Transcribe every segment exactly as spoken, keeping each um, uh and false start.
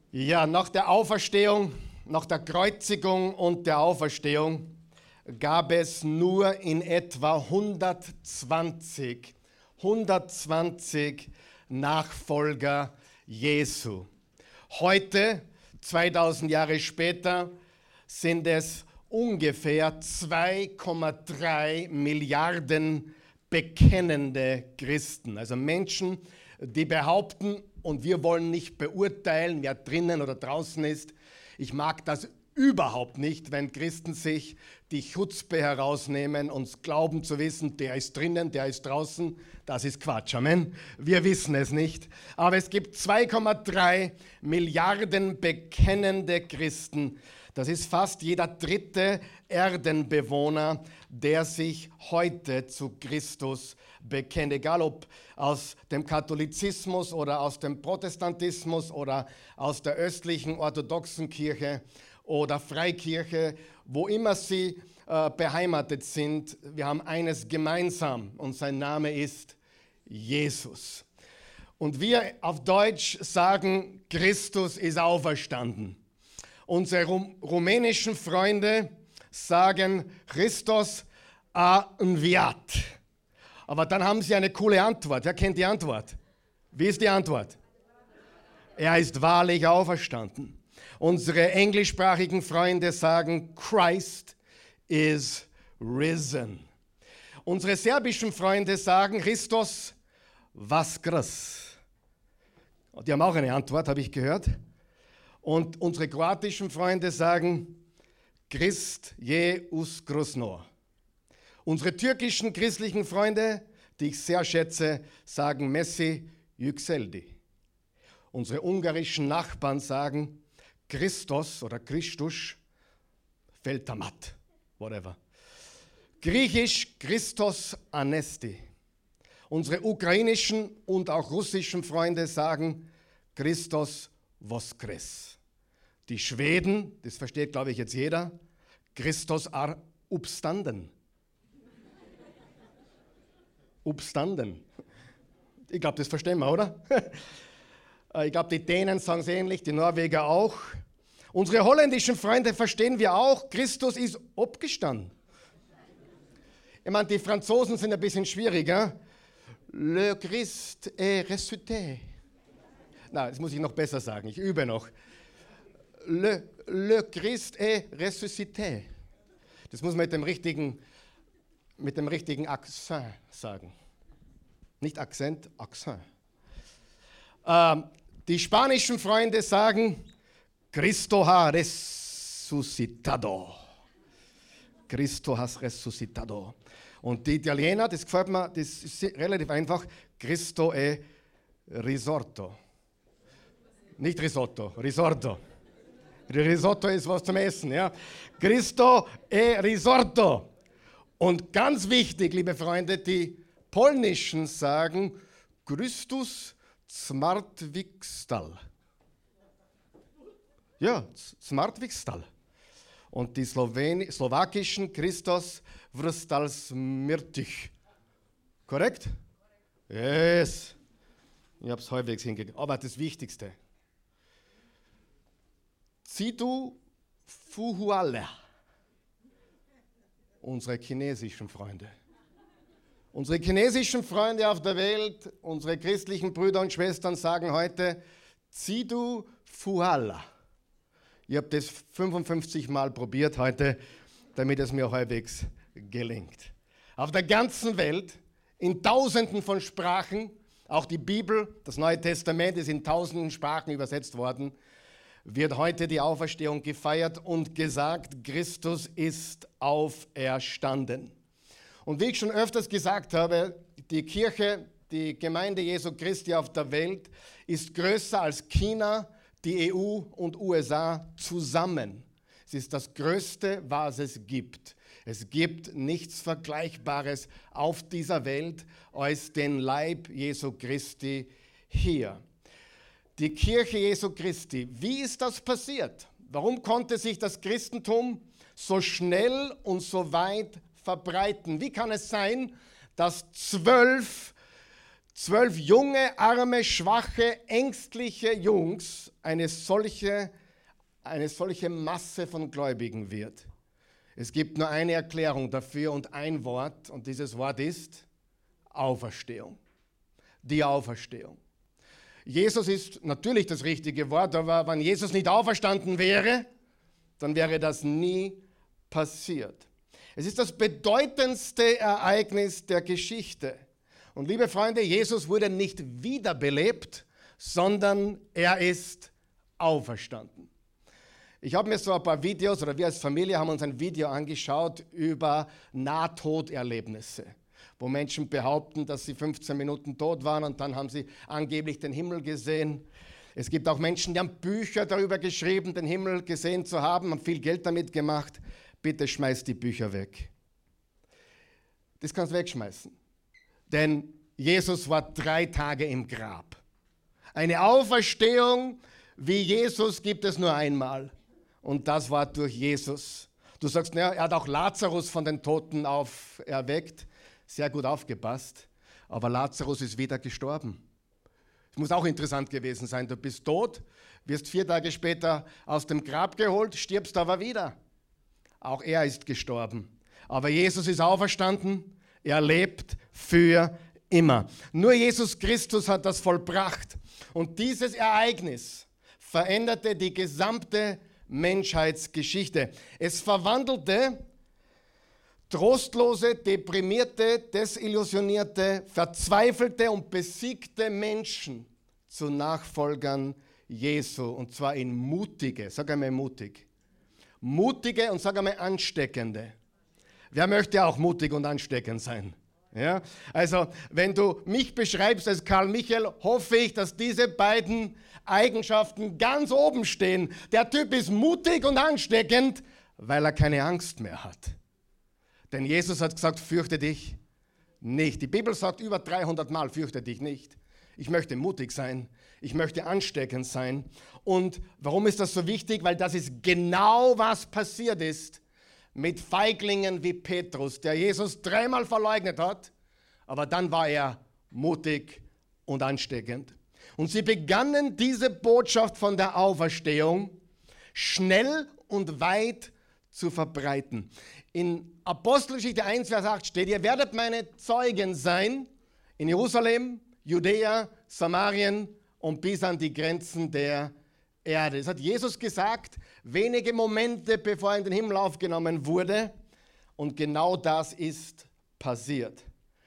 Ja, nach der Auferstehung, nach der Kreuzigung und der Auferstehung gab es nur in etwa hundertzwanzig, hundertzwanzig Nachfolger Jesu. Heute, zweitausend Jahre später, sind es ungefähr zwei Komma drei Milliarden bekennende Christen, also Menschen, die behaupten, und wir wollen nicht beurteilen, wer drinnen oder draußen ist. Ich mag das überhaupt nicht, wenn Christen sich die Chutzpe herausnehmen und glauben zu wissen, der ist drinnen, der ist draußen. Das ist Quatsch, Amen. Wir wissen es nicht. Aber es gibt zwei Komma drei Milliarden bekennende Christen. Das ist fast jeder dritte Erdenbewohner, der sich heute zu Christus bekennt. Egal ob aus dem Katholizismus oder aus dem Protestantismus oder aus der östlichen orthodoxen Kirche oder Freikirche, wo immer sie äh, beheimatet sind. Wir haben eines gemeinsam und sein Name ist Jesus. Und wir auf Deutsch sagen, Christus ist auferstanden. Unsere rum, rumänischen Freunde sagen, Christos a înviat. Aber dann haben sie eine coole Antwort. Wer kennt die Antwort? Wie ist die Antwort? Er ist wahrlich auferstanden. Unsere englischsprachigen Freunde sagen, Christ is risen. Unsere serbischen Freunde sagen, Christos vaskrs. Die haben auch eine Antwort, habe ich gehört. Und unsere kroatischen Freunde sagen, Christ je uskrsno. Unsere türkischen christlichen Freunde, die ich sehr schätze, sagen Messi yükseldi. Unsere ungarischen Nachbarn sagen Christos oder Christus fällt matt, whatever. Griechisch Christos anesti. Unsere ukrainischen und auch russischen Freunde sagen Christos voskres. Die Schweden, das versteht glaube ich jetzt jeder, Christos ar uppstanden. Uppstanden. Ich glaube, das verstehen wir, oder? Ich glaube, die Dänen sagen es ähnlich, die Norweger auch. Unsere holländischen Freunde verstehen wir auch, Christus ist abgestanden. Ich meine, die Franzosen sind ein bisschen schwieriger. Le Christ est ressuscité. Na, das muss ich noch besser sagen, ich übe noch. Le, le Christ est ressuscité. Das muss man mit dem richtigen, mit dem richtigen Akzent sagen. Nicht Akzent, Akzent. Ähm, die spanischen Freunde sagen, Cristo ha resucitado. Cristo has resucitado. Und die Italiener, das gefällt mir, das ist relativ einfach, Cristo è risorto. Nicht Risotto, Risorto. Risotto ist was zum Essen, ja. Cristo è risorto. Und ganz wichtig, liebe Freunde, die polnischen sagen Christus zmartwychwstał. Ja, zmartwychwstał. Und die Slowen- slowakischen Christos wrstal z mrtvých. Korrekt? Yes. Ich habe es halbwegs hingekriegt. Aber das Wichtigste. Zitu Fuhuala. Unsere chinesischen Freunde. Unsere chinesischen Freunde auf der Welt, unsere christlichen Brüder und Schwestern sagen heute Zitu Fuhuala. Ich habe das fünfundfünfzig Mal probiert heute, damit es mir halbwegs gelingt. Auf der ganzen Welt, in Tausenden von Sprachen, auch die Bibel, das Neue Testament ist in tausenden Sprachen übersetzt worden, wird heute die Auferstehung gefeiert und gesagt, Christus ist auferstanden. Und wie ich schon öfters gesagt habe, die Kirche, die Gemeinde Jesu Christi auf der Welt ist größer als China, die E U und U S A zusammen. Es ist das Größte, was es gibt. Es gibt nichts Vergleichbares auf dieser Welt als den Leib Jesu Christi hier. Die Kirche Jesu Christi, wie ist das passiert? Warum konnte sich das Christentum so schnell und so weit verbreiten? Wie kann es sein, dass zwölf zwölf junge, arme, schwache, ängstliche Jungs eine solche, eine solche Masse von Gläubigen wird. Es gibt nur eine Erklärung dafür und ein Wort, und dieses Wort ist Auferstehung. Die Auferstehung. Jesus ist natürlich das richtige Wort, aber wenn Jesus nicht auferstanden wäre, dann wäre das nie passiert. Es ist das bedeutendste Ereignis der Geschichte. Und liebe Freunde, Jesus wurde nicht wiederbelebt, sondern er ist auferstanden. Ich habe mir so ein paar Videos, oder wir als Familie haben uns ein Video angeschaut über Nahtoderlebnisse, wo Menschen behaupten, dass sie fünfzehn Minuten tot waren und dann haben sie angeblich den Himmel gesehen. Es gibt auch Menschen, die haben Bücher darüber geschrieben, den Himmel gesehen zu haben, haben viel Geld damit gemacht. Bitte schmeiß die Bücher weg. Das kannst du wegschmeißen. Denn Jesus war drei Tage im Grab. Eine Auferstehung wie Jesus gibt es nur einmal. Und das war durch Jesus. Du sagst, naja, er hat auch Lazarus von den Toten auferweckt. Sehr gut aufgepasst. Aber Lazarus ist wieder gestorben. Es muss auch interessant gewesen sein. Du bist tot, wirst vier Tage später aus dem Grab geholt, stirbst aber wieder. Auch er ist gestorben. Aber Jesus ist auferstanden. Er lebt für immer. Nur Jesus Christus hat das vollbracht. Und dieses Ereignis veränderte die gesamte Menschheitsgeschichte. Es verwandelte trostlose, deprimierte, desillusionierte, verzweifelte und besiegte Menschen zu Nachfolgern Jesu. Und zwar in mutige, sag einmal mutig, mutige und sag einmal ansteckende. Wer möchte auch mutig und ansteckend sein? Ja? Also, wenn du mich beschreibst als Karl Michael, hoffe ich, dass diese beiden Eigenschaften ganz oben stehen. Der Typ ist mutig und ansteckend, weil er keine Angst mehr hat. Denn Jesus hat gesagt, fürchte dich nicht. Die Bibel sagt über dreihundert Mal, fürchte dich nicht. Ich möchte mutig sein, ich möchte ansteckend sein. Und warum ist das so wichtig? Weil das ist genau, was passiert ist mit Feiglingen wie Petrus, der Jesus dreimal verleugnet hat, aber dann war er mutig und ansteckend. Und sie begannen diese Botschaft von der Auferstehung schnell und weit zu verbreiten. In Apostelgeschichte eins, Vers acht steht, ihr werdet meine Zeugen sein in Jerusalem, Judäa, Samarien und bis an die Grenzen der Erde. Das hat Jesus gesagt, wenige Momente bevor er in den Himmel aufgenommen wurde. Und genau das ist passiert.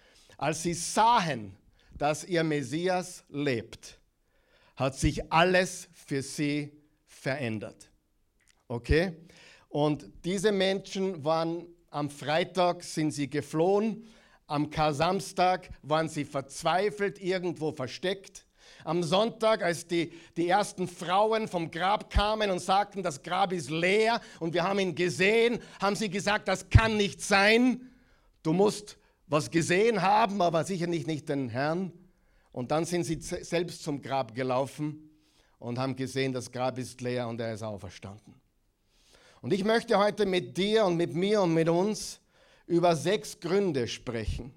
Als sie sahen, dass ihr Messias lebt, hat sich alles für sie verändert. Okay? Und diese Menschen waren am Freitag, sind sie geflohen, am Kar-Samstag waren sie verzweifelt, irgendwo versteckt. Am Sonntag, als die, die ersten Frauen vom Grab kamen und sagten, das Grab ist leer und wir haben ihn gesehen, haben sie gesagt, das kann nicht sein. Du musst was gesehen haben, aber sicherlich nicht den Herrn. Und dann sind sie selbst zum Grab gelaufen und haben gesehen, das Grab ist leer und er ist auferstanden. Und ich möchte heute mit dir und mit mir und mit uns über sechs Gründe sprechen,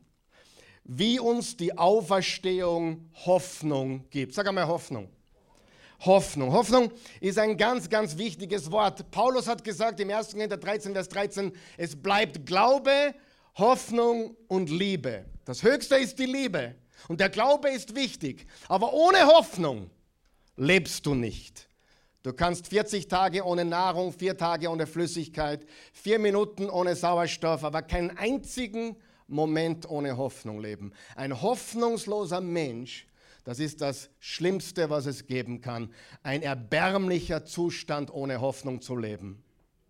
wie uns die Auferstehung Hoffnung gibt. Sag einmal Hoffnung. Hoffnung. Hoffnung ist ein ganz, ganz wichtiges Wort. Paulus hat gesagt im ersten Korinther dreizehn, Vers dreizehn, es bleibt Glaube, Hoffnung und Liebe. Das Höchste ist die Liebe und der Glaube ist wichtig. Aber ohne Hoffnung lebst du nicht. Du kannst vierzig Tage ohne Nahrung, vier Tage ohne Flüssigkeit, vier Minuten ohne Sauerstoff, aber keinen einzigen Moment ohne Hoffnung leben. Ein hoffnungsloser Mensch, das ist das Schlimmste, was es geben kann. Ein erbärmlicher Zustand, ohne Hoffnung zu leben.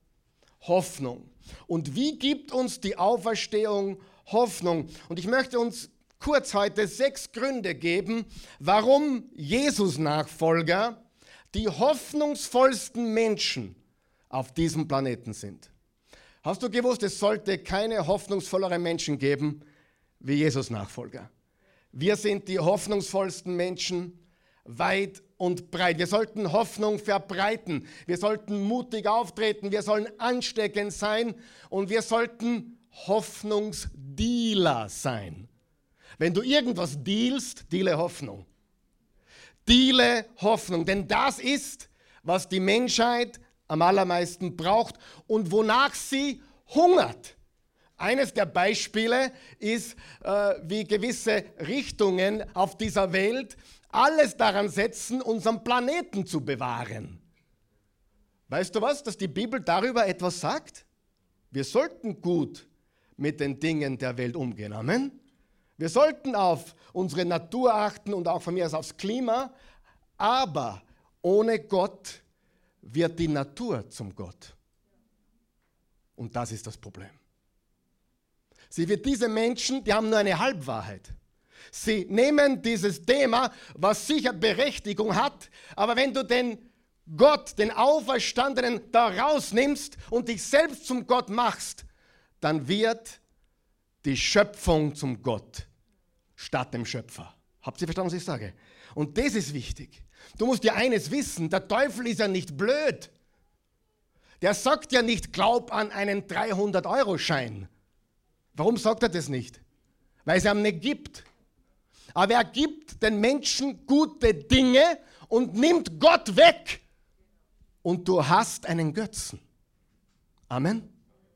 Hoffnung. Und wie gibt uns die Auferstehung Hoffnung? Und ich möchte uns kurz heute sechs Gründe geben, warum Jesus-Nachfolger die hoffnungsvollsten Menschen auf diesem Planeten sind. Hast du gewusst, es sollte keine hoffnungsvolleren Menschen geben wie Jesus-Nachfolger? Wir sind die hoffnungsvollsten Menschen weit und breit. Wir sollten Hoffnung verbreiten. Wir sollten mutig auftreten. Wir sollen ansteckend sein und wir sollten Hoffnungsdealer sein. Wenn du irgendwas dealst, deale Hoffnung. Deale Hoffnung, denn das ist, was die Menschheit am allermeisten braucht und wonach sie hungert. Eines der Beispiele ist, äh, wie gewisse Richtungen auf dieser Welt alles daran setzen, unseren Planeten zu bewahren. Weißt du was, dass die Bibel darüber etwas sagt? Wir sollten gut mit den Dingen der Welt umgehen. Amen. Wir sollten auf unsere Natur achten und auch von mir aus aufs Klima, aber ohne Gott wird die Natur zum Gott. Und das ist das Problem. Sie wird diese Menschen, die haben nur eine Halbwahrheit. Sie nehmen dieses Thema, was sicher Berechtigung hat, aber wenn du den Gott, den Auferstandenen, da rausnimmst und dich selbst zum Gott machst, dann wird die Schöpfung zum Gott statt dem Schöpfer. Habt ihr verstanden, was ich sage? Und das ist wichtig. Du musst ja eines wissen, der Teufel ist ja nicht blöd. Der sagt ja nicht, glaub an einen dreihundert-Euro-Schein. Warum sagt er das nicht? Weil es ihm nicht gibt. Aber er gibt den Menschen gute Dinge und nimmt Gott weg. Und du hast einen Götzen. Amen.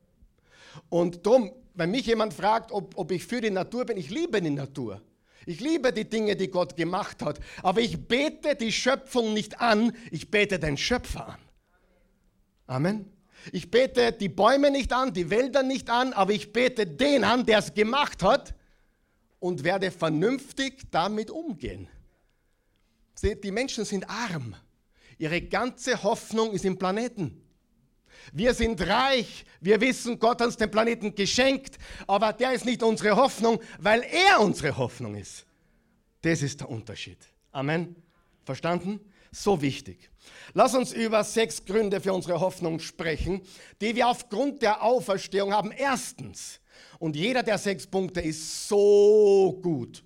Und darum, wenn mich jemand fragt, ob, ob ich für die Natur bin, ich liebe die Natur. Ich liebe die Dinge, die Gott gemacht hat. Aber ich bete die Schöpfung nicht an, ich bete den Schöpfer an. Amen. Ich bete die Bäume nicht an, die Wälder nicht an, aber ich bete den an, der es gemacht hat und werde vernünftig damit umgehen. Seht, die Menschen sind arm. Ihre ganze Hoffnung ist im Planeten. Wir sind reich, wir wissen, Gott hat uns den Planeten geschenkt, aber der ist nicht unsere Hoffnung, weil er unsere Hoffnung ist. Das ist der Unterschied. Amen. Verstanden? So wichtig. Lass uns über sechs Gründe für unsere Hoffnung sprechen, die wir aufgrund der Auferstehung haben. Erstens, und jeder der sechs Punkte ist so gut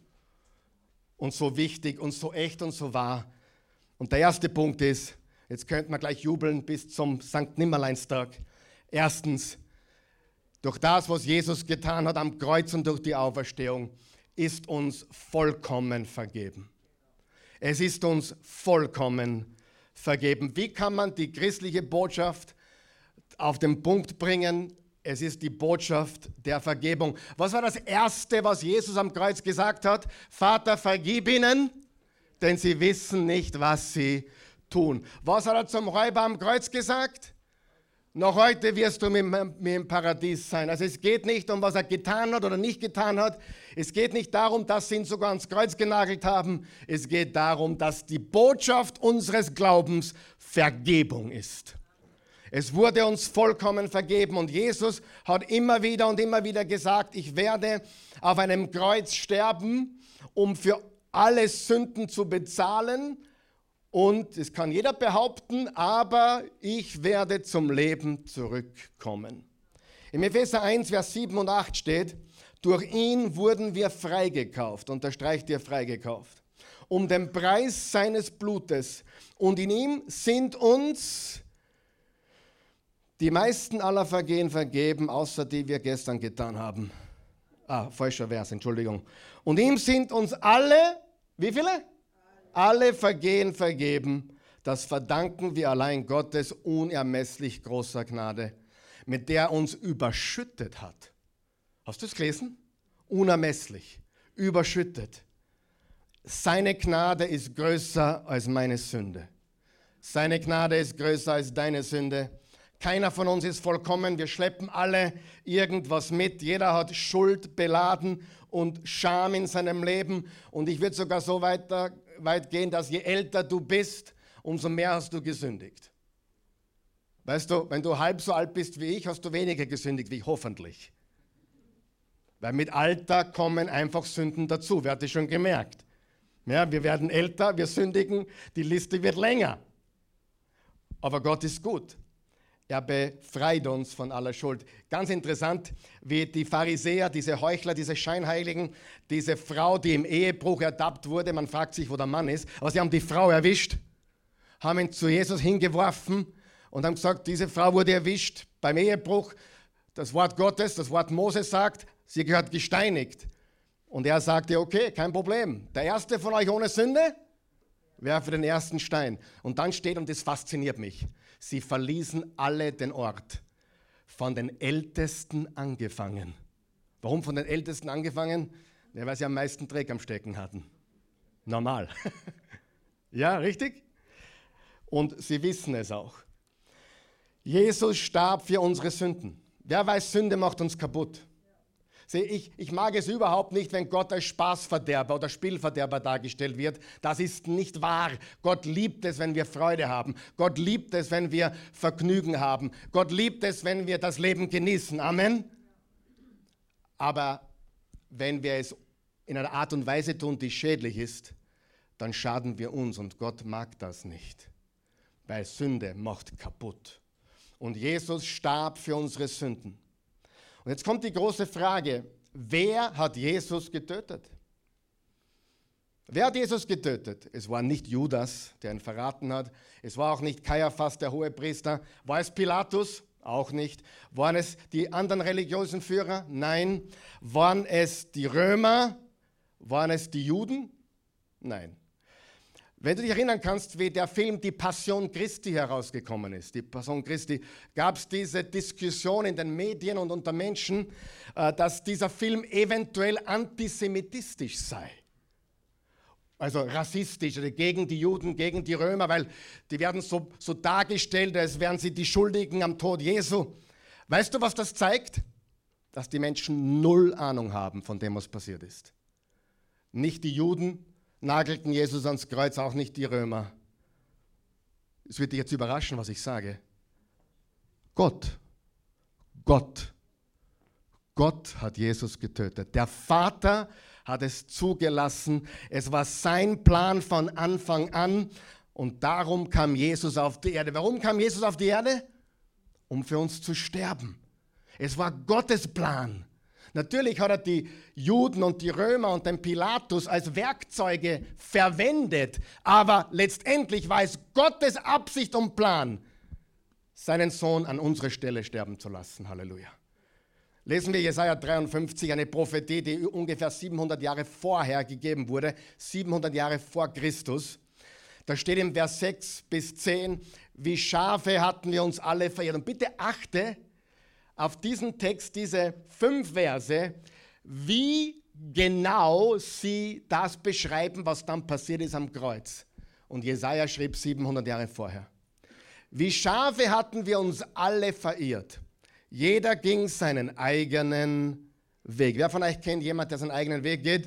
und so wichtig und so echt und so wahr. Und der erste Punkt ist, jetzt könnten wir gleich jubeln bis zum Sankt Nimmerleinstag. Erstens, durch das, was Jesus getan hat am Kreuz und durch die Auferstehung, ist uns vollkommen vergeben. Es ist uns vollkommen vergeben. Wie kann man die christliche Botschaft auf den Punkt bringen? Es ist die Botschaft der Vergebung. Was war das Erste, was Jesus am Kreuz gesagt hat? Vater, vergib ihnen, denn sie wissen nicht, was sie tun. Was hat er zum Räuber am Kreuz gesagt? Noch heute wirst du mit mir im Paradies sein. Also es geht nicht um, was er getan hat oder nicht getan hat. Es geht nicht darum, dass sie ihn sogar ans Kreuz genagelt haben. Es geht darum, dass die Botschaft unseres Glaubens Vergebung ist. Es wurde uns vollkommen vergeben und Jesus hat immer wieder und immer wieder gesagt, ich werde auf einem Kreuz sterben, um für alle Sünden zu bezahlen. Und es kann jeder behaupten, aber ich werde zum Leben zurückkommen. Im Epheser eins, Vers sieben und acht steht, durch ihn wurden wir freigekauft, unterstreicht ihr freigekauft, um den Preis seines Blutes. Und in ihm sind uns die meisten aller Vergehen vergeben, außer die wir gestern getan haben. Ah, falscher Vers, Entschuldigung. Und ihm sind uns alle, wie viele? Alle Vergehen vergeben, das verdanken wir allein Gottes unermesslich großer Gnade, mit der er uns überschüttet hat. Hast du es gelesen? Unermesslich, überschüttet. Seine Gnade ist größer als meine Sünde. Seine Gnade ist größer als deine Sünde. Keiner von uns ist vollkommen, wir schleppen alle irgendwas mit. Jeder hat Schuld beladen und Scham in seinem Leben. Und ich würde sogar so weiter, weit gehen, dass je älter du bist, umso mehr hast du gesündigt. Weißt du, wenn du halb so alt bist wie ich, hast du weniger gesündigt wie ich, hoffentlich. Weil mit Alter kommen einfach Sünden dazu, wer hat das schon gemerkt? Ja, wir werden älter, wir sündigen, die Liste wird länger. Aber Gott ist gut. Er befreit uns von aller Schuld. Ganz interessant, wie die Pharisäer, diese Heuchler, diese Scheinheiligen, diese Frau, die im Ehebruch ertappt wurde, man fragt sich, wo der Mann ist, aber sie haben die Frau erwischt, haben ihn zu Jesus hingeworfen und haben gesagt, diese Frau wurde erwischt beim Ehebruch. Das Wort Gottes, das Wort Moses sagt, sie gehört gesteinigt. Und er sagte, okay, kein Problem. Der erste von euch ohne Sünde, werfe den ersten Stein. Und dann steht, und das fasziniert mich, sie verließen alle den Ort, von den Ältesten angefangen. Warum von den Ältesten angefangen? Ja, weil sie am meisten Dreck am Stecken hatten. Normal. Ja, richtig? Und sie wissen es auch. Jesus starb für unsere Sünden. Wer weiß, Sünde macht uns kaputt. Sieh, ich, ich mag es überhaupt nicht, wenn Gott als Spaßverderber oder Spielverderber dargestellt wird. Das ist nicht wahr. Gott liebt es, wenn wir Freude haben. Gott liebt es, wenn wir Vergnügen haben. Gott liebt es, wenn wir das Leben genießen. Amen. Aber wenn wir es in einer Art und Weise tun, die schädlich ist, dann schaden wir uns und Gott mag das nicht. Weil Sünde macht kaputt. Und Jesus starb für unsere Sünden. Und jetzt kommt die große Frage, wer hat Jesus getötet? Wer hat Jesus getötet? Es war nicht Judas, der ihn verraten hat. Es war auch nicht Kaiaphas, der Hohepriester. War es Pilatus? Auch nicht. Waren es die anderen religiösen Führer? Nein. Waren es die Römer? Waren es die Juden? Nein. Wenn du dich erinnern kannst, wie der Film Die Passion Christi herausgekommen ist, die Passion Christi, gab es diese Diskussion in den Medien und unter Menschen, dass dieser Film eventuell antisemitistisch sei. Also rassistisch, also gegen die Juden, gegen die Römer, weil die werden so, so dargestellt, als wären sie die Schuldigen am Tod Jesu. Weißt du, was das zeigt? Dass die Menschen null Ahnung haben von dem, was passiert ist. Nicht die Juden nagelten Jesus ans Kreuz, auch nicht die Römer. Es wird dich jetzt überraschen, was ich sage. Gott, Gott, Gott hat Jesus getötet. Der Vater hat es zugelassen. Es war sein Plan von Anfang an und darum kam Jesus auf die Erde. Warum kam Jesus auf die Erde? Um für uns zu sterben. Es war Gottes Plan. Natürlich hat er die Juden und die Römer und den Pilatus als Werkzeuge verwendet, aber letztendlich war es Gottes Absicht und Plan, seinen Sohn an unsere Stelle sterben zu lassen. Halleluja. Lesen wir Jesaja dreiundfünfzig, eine Prophetie, die ungefähr siebenhundert Jahre vorher gegeben wurde, siebenhundert Jahre vor Christus. Da steht im Vers sechs bis zehn, wie Schafe hatten wir uns alle verirrt. Und bitte achte auf diesen Text, diese fünf Verse, wie genau sie das beschreiben, was dann passiert ist am Kreuz. Und Jesaja schrieb siebenhundert Jahre vorher. Wie Schafe hatten wir uns alle verirrt. Jeder ging seinen eigenen Weg. Wer von euch kennt jemanden, der seinen eigenen Weg geht?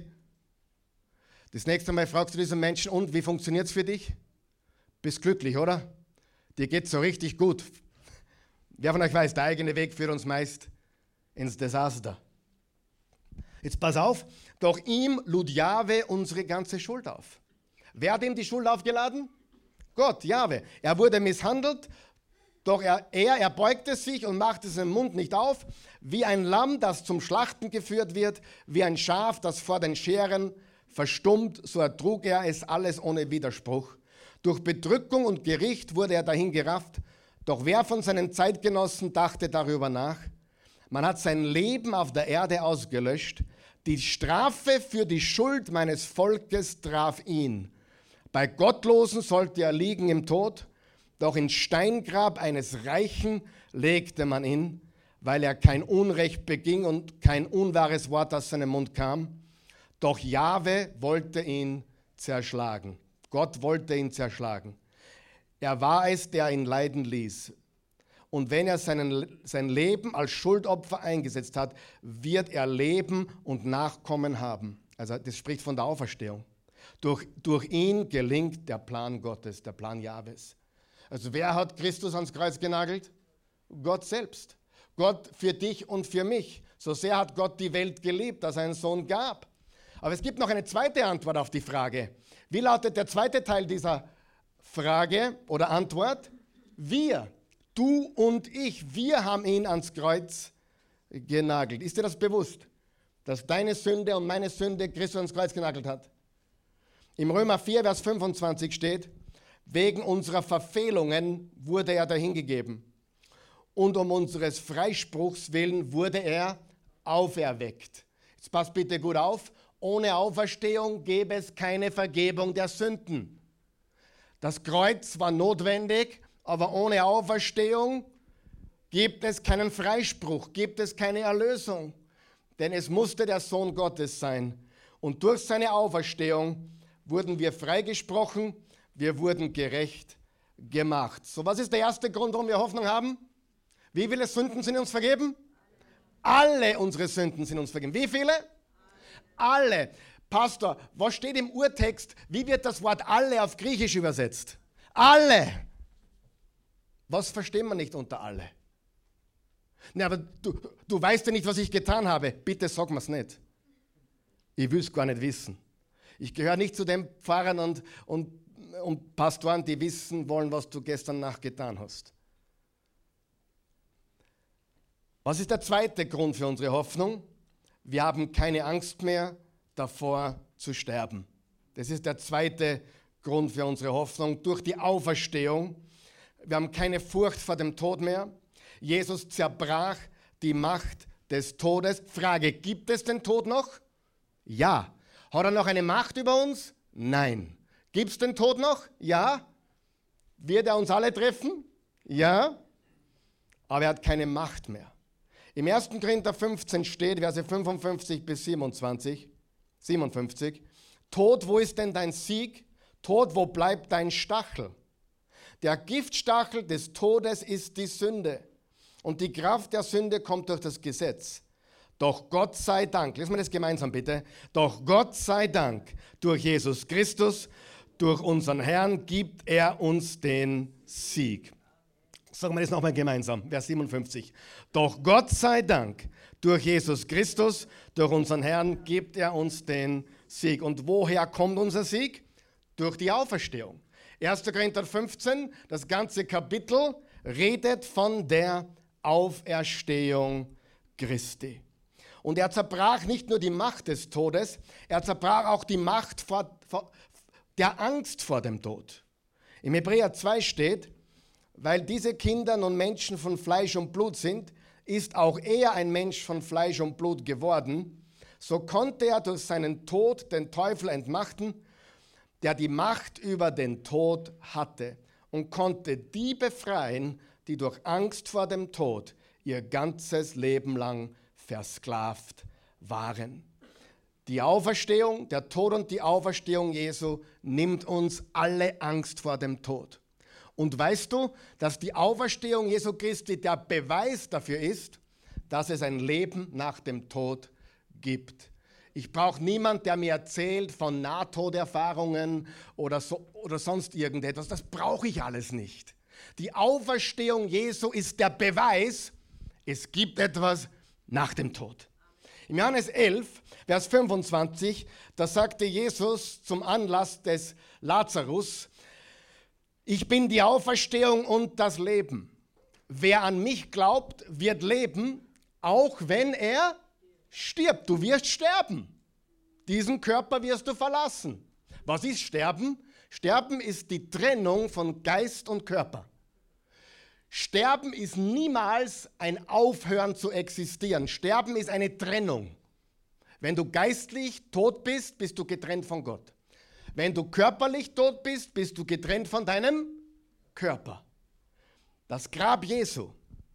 Das nächste Mal fragst du diesen Menschen, und wie funktioniert es für dich? Bist glücklich, oder? Dir geht es so richtig gut. Wer von euch weiß, der eigene Weg führt uns meist ins Desaster. Jetzt pass auf, doch ihm lud Jahwe unsere ganze Schuld auf. Wer hat ihm die Schuld aufgeladen? Gott, Jahwe. Er wurde misshandelt, doch er, er, er beugte sich und machte seinen Mund nicht auf, wie ein Lamm, das zum Schlachten geführt wird, wie ein Schaf, das vor den Scheren verstummt, so ertrug er es alles ohne Widerspruch. Durch Bedrückung und Gericht wurde er dahin gerafft, doch wer von seinen Zeitgenossen dachte darüber nach? Man hat sein Leben auf der Erde ausgelöscht. Die Strafe für die Schuld meines Volkes traf ihn. Bei Gottlosen sollte er liegen im Tod, doch ins Steingrab eines Reichen legte man ihn, weil er kein Unrecht beging und kein unwahres Wort aus seinem Mund kam. Doch Jahwe wollte ihn zerschlagen. Gott wollte ihn zerschlagen. Er war es, der ihn leiden ließ. Und wenn er seinen, sein Leben als Schuldopfer eingesetzt hat, wird er leben und Nachkommen haben. Also das spricht von der Auferstehung. Durch, durch ihn gelingt der Plan Gottes, der Plan Jahwes. Also wer hat Christus ans Kreuz genagelt? Gott selbst. Gott für dich und für mich. So sehr hat Gott die Welt geliebt, dass er einen Sohn gab. Aber es gibt noch eine zweite Antwort auf die Frage. Wie lautet der zweite Teil dieser Frage oder Antwort? Wir, du und ich, wir haben ihn ans Kreuz genagelt. Ist dir das bewusst, dass deine Sünde und meine Sünde Christus ans Kreuz genagelt hat? Im Römer vier, Vers fünfundzwanzig steht, wegen unserer Verfehlungen wurde er dahingegeben und um unseres Freispruchs willen wurde er auferweckt. Jetzt passt bitte gut auf, ohne Auferstehung gäbe es keine Vergebung der Sünden. Das Kreuz war notwendig, aber ohne Auferstehung gibt es keinen Freispruch, gibt es keine Erlösung. Denn es musste der Sohn Gottes sein. Und durch seine Auferstehung wurden wir freigesprochen, wir wurden gerecht gemacht. So, was ist der erste Grund, warum wir Hoffnung haben? Wie viele Sünden sind uns vergeben? Alle unsere Sünden sind uns vergeben. Wie viele? Alle. Pastor, was steht im Urtext? Wie wird das Wort alle auf Griechisch übersetzt? Alle. Was verstehen wir nicht unter alle? Na, aber du, du weißt ja nicht, was ich getan habe. Bitte sag mir's nicht. Ich will es gar nicht wissen. Ich gehöre nicht zu den Pfarrern und, und, und Pastoren, die wissen wollen, was du gestern Nacht getan hast. Was ist der zweite Grund für unsere Hoffnung? Wir haben keine Angst mehr davor zu sterben. Das ist der zweite Grund für unsere Hoffnung. Durch die Auferstehung. Wir haben keine Furcht vor dem Tod mehr. Jesus zerbrach die Macht des Todes. Frage, gibt es den Tod noch? Ja. Hat er noch eine Macht über uns? Nein. Gibt es den Tod noch? Ja. Wird er uns alle treffen? Ja. Aber er hat keine Macht mehr. Im ersten Korinther fünfzehn steht, Verse fünfundfünfzig bis siebenundzwanzig, siebenundfünfzig, Tod, wo ist denn dein Sieg? Tod, wo bleibt dein Stachel? Der Giftstachel des Todes ist die Sünde. Und die Kraft der Sünde kommt durch das Gesetz. Doch Gott sei Dank, lesen wir das gemeinsam bitte, doch Gott sei Dank, durch Jesus Christus, durch unseren Herrn gibt er uns den Sieg. Sagen wir das nochmal gemeinsam, Vers siebenundfünfzig. Doch Gott sei Dank, durch Jesus Christus, durch unseren Herrn gibt er uns den Sieg. Und woher kommt unser Sieg? Durch die Auferstehung. erster Korinther fünfzehn, das ganze Kapitel redet von der Auferstehung Christi. Und er zerbrach nicht nur die Macht des Todes, er zerbrach auch die Macht vor, vor, der Angst vor dem Tod. Im Hebräer zwei steht, weil diese Kinder nun Menschen von Fleisch und Blut sind, ist auch er ein Mensch von Fleisch und Blut geworden. So konnte er durch seinen Tod den Teufel entmachten, der die Macht über den Tod hatte, und konnte die befreien, die durch Angst vor dem Tod ihr ganzes Leben lang versklavt waren. Die Auferstehung, der Tod und die Auferstehung Jesu nimmt uns alle Angst vor dem Tod. Und weißt du, dass die Auferstehung Jesu Christi der Beweis dafür ist, dass es ein Leben nach dem Tod gibt. Ich brauche niemanden, der mir erzählt von Nahtoderfahrungen oder, so, oder sonst irgendetwas. Das brauche ich alles nicht. Die Auferstehung Jesu ist der Beweis, es gibt etwas nach dem Tod. Im Johannes elf, Vers fünfundzwanzig, da sagte Jesus zum Anlass des Lazarus, ich bin die Auferstehung und das Leben. Wer an mich glaubt, wird leben, auch wenn er stirbt. Du wirst sterben. Diesen Körper wirst du verlassen. Was ist Sterben? Sterben ist die Trennung von Geist und Körper. Sterben ist niemals ein Aufhören zu existieren. Sterben ist eine Trennung. Wenn du geistlich tot bist, bist du getrennt von Gott. Wenn du körperlich tot bist, bist du getrennt von deinem Körper. Das Grab Jesu.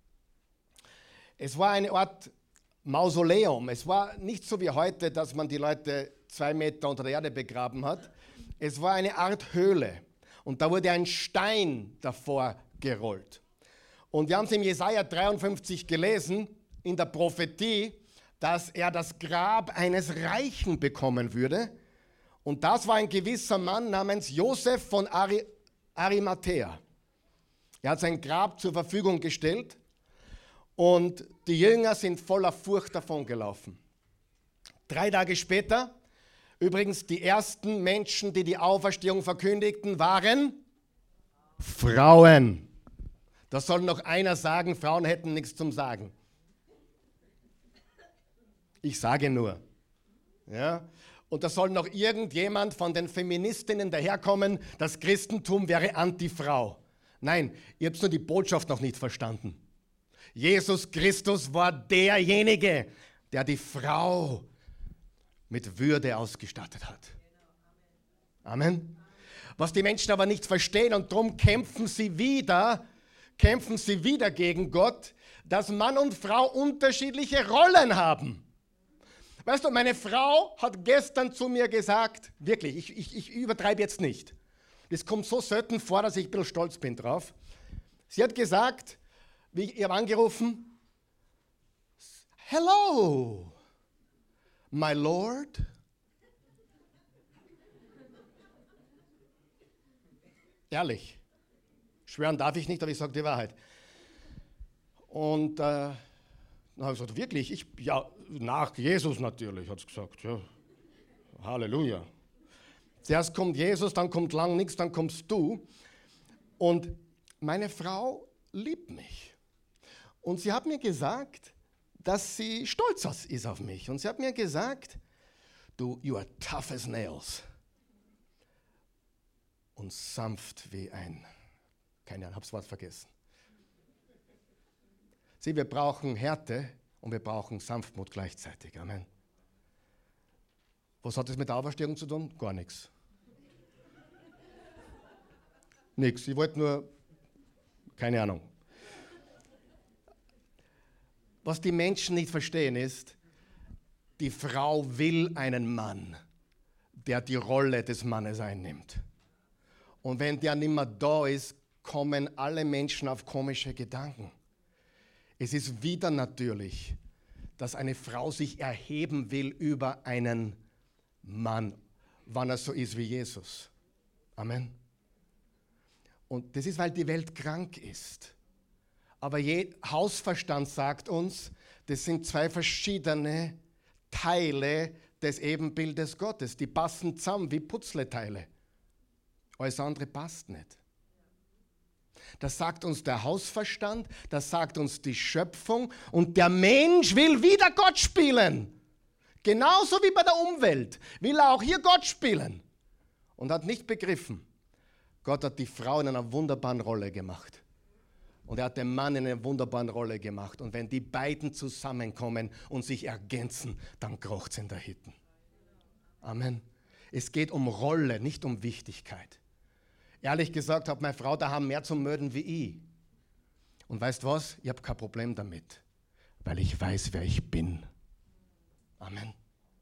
Es war eine Art Mausoleum. Es war nicht so wie heute, dass man die Leute zwei Meter unter der Erde begraben hat. Es war eine Art Höhle. Und da wurde ein Stein davor gerollt. Und wir haben es im Jesaja dreiundfünfzig gelesen, in der Prophetie, dass er das Grab eines Reichen bekommen würde. Und das war ein gewisser Mann namens Josef von Ari- Arimathäa. Er hat sein Grab zur Verfügung gestellt und die Jünger sind voller Furcht davongelaufen. Drei Tage später, übrigens die ersten Menschen, die die Auferstehung verkündigten, waren Frauen. Das soll noch einer sagen, Frauen hätten nichts zum Sagen. Ich sage nur. Ja? Und da soll noch irgendjemand von den Feministinnen daherkommen, das Christentum wäre Anti-Frau. Nein, ihr habt nur die Botschaft noch nicht verstanden. Jesus Christus war derjenige, der die Frau mit Würde ausgestattet hat. Amen. Was die Menschen aber nicht verstehen und darum kämpfen sie wieder, kämpfen sie wieder gegen Gott, dass Mann und Frau unterschiedliche Rollen haben. Weißt du, meine Frau hat gestern zu mir gesagt, wirklich, ich, ich, ich übertreibe jetzt nicht. Das kommt so selten vor, dass ich ein bisschen stolz bin drauf. Sie hat gesagt, wie ich, ich habe angerufen, Hello, my Lord. Ehrlich, schwören darf ich nicht, aber ich sage die Wahrheit. Und äh, dann habe ich gesagt, wirklich? Ich, ja, nach Jesus natürlich, hat es gesagt. Ja. Halleluja. Zuerst kommt Jesus, dann kommt lang nichts, dann kommst du. Und meine Frau liebt mich. Und sie hat mir gesagt, dass sie stolz ist auf mich. Und sie hat mir gesagt, du, you are tough as nails. Und sanft wie ein, keine Ahnung, hab's Wort vergessen. Sieh, wir brauchen Härte und wir brauchen Sanftmut gleichzeitig. Amen. Was hat das mit der Auferstehung zu tun? Gar nichts. Nichts. Ich wollte nur, keine Ahnung. Was die Menschen nicht verstehen ist, die Frau will einen Mann, der die Rolle des Mannes einnimmt. Und wenn der nicht mehr da ist, kommen alle Menschen auf komische Gedanken. Es ist wieder natürlich, dass eine Frau sich erheben will über einen Mann, wann er so ist wie Jesus. Amen. Und das ist, weil die Welt krank ist. Aber je Hausverstand sagt uns, das sind zwei verschiedene Teile des Ebenbildes Gottes. Die passen zusammen wie Putzleteile. Alles andere passt nicht. Das sagt uns der Hausverstand, das sagt uns die Schöpfung und der Mensch will wieder Gott spielen. Genauso wie bei der Umwelt will er auch hier Gott spielen und hat nicht begriffen, Gott hat die Frau in einer wunderbaren Rolle gemacht und er hat den Mann in einer wunderbaren Rolle gemacht und wenn die beiden zusammenkommen und sich ergänzen, dann krocht's in der Hütte. Amen. Es geht um Rolle, nicht um Wichtigkeit. Ehrlich gesagt hat meine Frau daheim mehr zu melden wie ich. Und weißt was? Ich habe kein Problem damit, weil ich weiß, wer ich bin. Amen.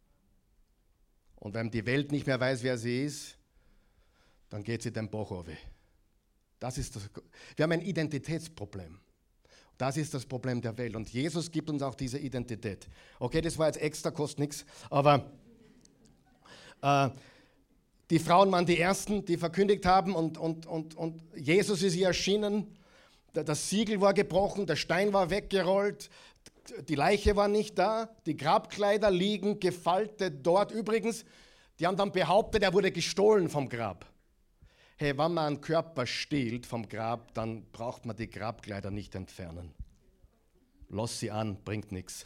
Und wenn die Welt nicht mehr weiß, wer sie ist, dann geht sie den Bach runter. Das ist das. Wir haben ein Identitätsproblem. Das ist das Problem der Welt. Und Jesus gibt uns auch diese Identität. Okay, das war jetzt extra, kostet nichts, aber äh, die Frauen waren die Ersten, die verkündigt haben und, und, und, und Jesus ist ihr erschienen. Das Siegel war gebrochen, der Stein war weggerollt, die Leiche war nicht da, die Grabkleider liegen gefaltet dort. Übrigens, die haben dann behauptet, er wurde gestohlen vom Grab. Hey, wenn man einen Körper stiehlt vom Grab, dann braucht man die Grabkleider nicht entfernen. Lass sie an, bringt nichts.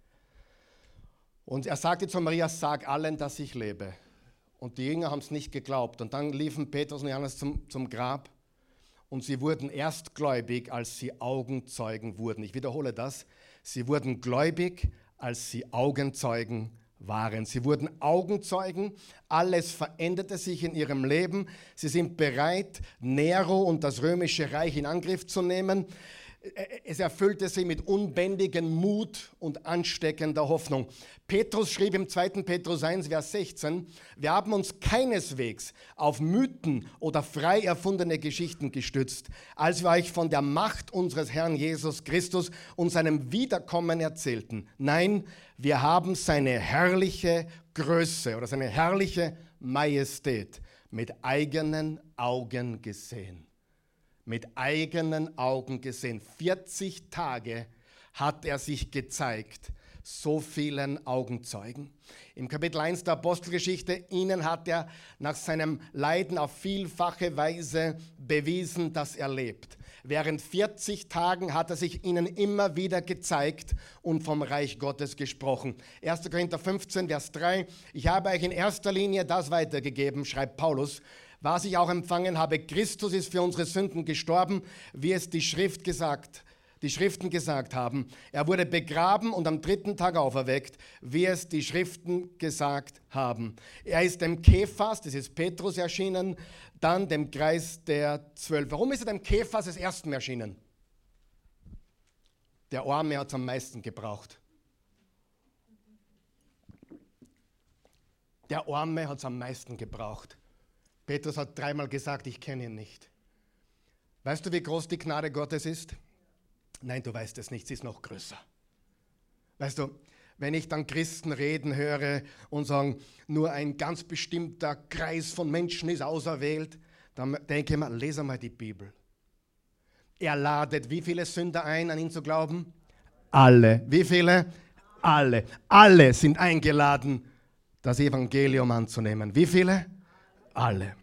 Und er sagte zu Maria, sag allen, dass ich lebe. Und die Jünger haben es nicht geglaubt. Und dann liefen Petrus und Johannes zum, zum Grab. Und sie wurden erst gläubig, als sie Augenzeugen wurden. Ich wiederhole das. Sie wurden gläubig, als sie Augenzeugen waren. Sie wurden Augenzeugen. Alles veränderte sich in ihrem Leben. Sie sind bereit, Nero und das römische Reich in Angriff zu nehmen. Es erfüllte sie mit unbändigem Mut und ansteckender Hoffnung. Petrus schrieb im zweiten Petrus eins, Vers sechzehn, wir haben uns keineswegs auf Mythen oder frei erfundene Geschichten gestützt, als wir euch von der Macht unseres Herrn Jesus Christus und seinem Wiederkommen erzählten. Nein, wir haben seine herrliche Größe oder seine herrliche Majestät mit eigenen Augen gesehen. Mit eigenen Augen gesehen. vierzig Tage hat er sich gezeigt, so vielen Augenzeugen. Im Kapitel eins der Apostelgeschichte, ihnen hat er nach seinem Leiden auf vielfache Weise bewiesen, dass er lebt. Während vierzig Tagen hat er sich ihnen immer wieder gezeigt und vom Reich Gottes gesprochen. erster Korinther fünfzehn, Vers drei, ich habe euch in erster Linie das weitergegeben, schreibt Paulus, was ich auch empfangen habe, Christus ist für unsere Sünden gestorben, wie es die Schrift gesagt, die Schriften gesagt haben. Er wurde begraben und am dritten Tag auferweckt, wie es die Schriften gesagt haben. Er ist dem Kephas, das ist Petrus, erschienen, dann dem Kreis der Zwölf. Warum ist er dem Kephas das erste Mal erschienen? Der Arme hat es am meisten gebraucht. Der Arme hat es am meisten gebraucht. Petrus hat dreimal gesagt, ich kenne ihn nicht. Weißt du, wie groß die Gnade Gottes ist? Nein, du weißt es nicht, sie ist noch größer. Weißt du, wenn ich dann Christen reden höre und sagen, nur ein ganz bestimmter Kreis von Menschen ist auserwählt, dann denke ich mir, lese mal die Bibel. Er ladet wie viele Sünder ein, an ihn zu glauben? Alle. Wie viele? Alle. Alle sind eingeladen, das Evangelium anzunehmen. Wie viele? Alle.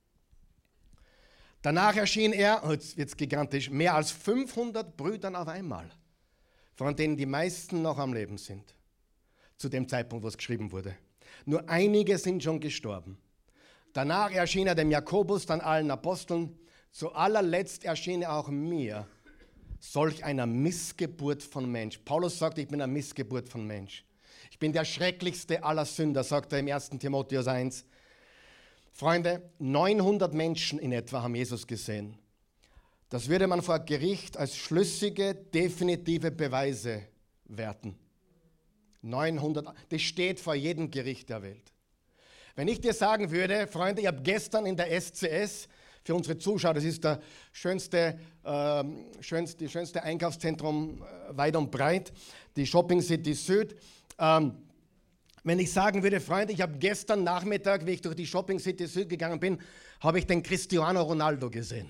Danach erschien er, jetzt wird es gigantisch, mehr als fünfhundert Brüdern auf einmal, von denen die meisten noch am Leben sind, zu dem Zeitpunkt, wo es geschrieben wurde. Nur einige sind schon gestorben. Danach erschien er dem Jakobus, dann allen Aposteln. Zu allerletzt erschien er auch mir, solch einer Missgeburt von Mensch. Paulus sagt, ich bin eine Missgeburt von Mensch. Ich bin der schrecklichste aller Sünder, sagt er im ersten Timotheus eins. Freunde, neunhundert Menschen in etwa haben Jesus gesehen. Das würde man vor Gericht als schlüssige, definitive Beweise werten. neunhundert, das steht vor jedem Gericht der Welt. Wenn ich dir sagen würde, Freunde, ich habe gestern in der S C S, für unsere Zuschauer, das ist das schönste, äh, schönste, schönste Einkaufszentrum äh, weit und breit, die Shopping City Süd. Ähm, wenn ich sagen würde, Freunde, ich habe gestern Nachmittag, wie ich durch die Shopping City Süd gegangen bin, habe ich den Cristiano Ronaldo gesehen.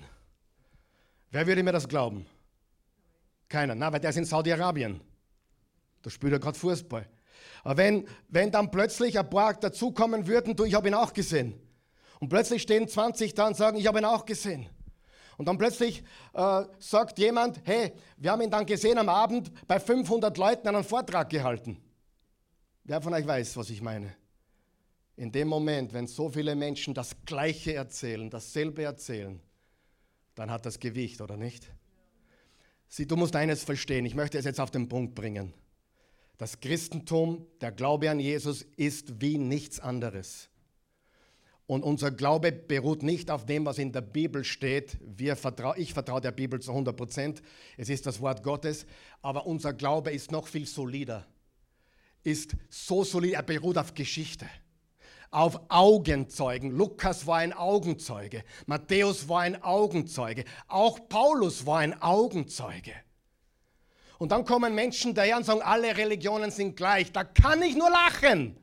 Wer würde mir das glauben? Keiner. Na, weil der ist in Saudi-Arabien. Da spielt er gerade Fußball. Aber wenn, wenn dann plötzlich ein paar dazukommen würden, du, ich habe ihn auch gesehen. Und plötzlich stehen zwanzig da und sagen, ich habe ihn auch gesehen. Und dann plötzlich äh, sagt jemand, hey, wir haben ihn dann gesehen am Abend bei fünfhundert Leuten einen Vortrag gehalten. Wer von euch weiß, was ich meine? In dem Moment, wenn so viele Menschen das Gleiche erzählen, dasselbe erzählen, dann hat das Gewicht, oder nicht? Sieh, du musst eines verstehen, ich möchte es jetzt auf den Punkt bringen. Das Christentum, der Glaube an Jesus ist wie nichts anderes. Und unser Glaube beruht nicht auf dem, was in der Bibel steht. Wir vertrau, ich vertraue der Bibel zu hundert Prozent. Es ist das Wort Gottes. Aber unser Glaube ist noch viel solider. Ist so solid, er beruht auf Geschichte. Auf Augenzeugen. Lukas war ein Augenzeuge. Matthäus war ein Augenzeuge. Auch Paulus war ein Augenzeuge. Und dann kommen Menschen daher und sagen, alle Religionen sind gleich. Da kann ich nur lachen.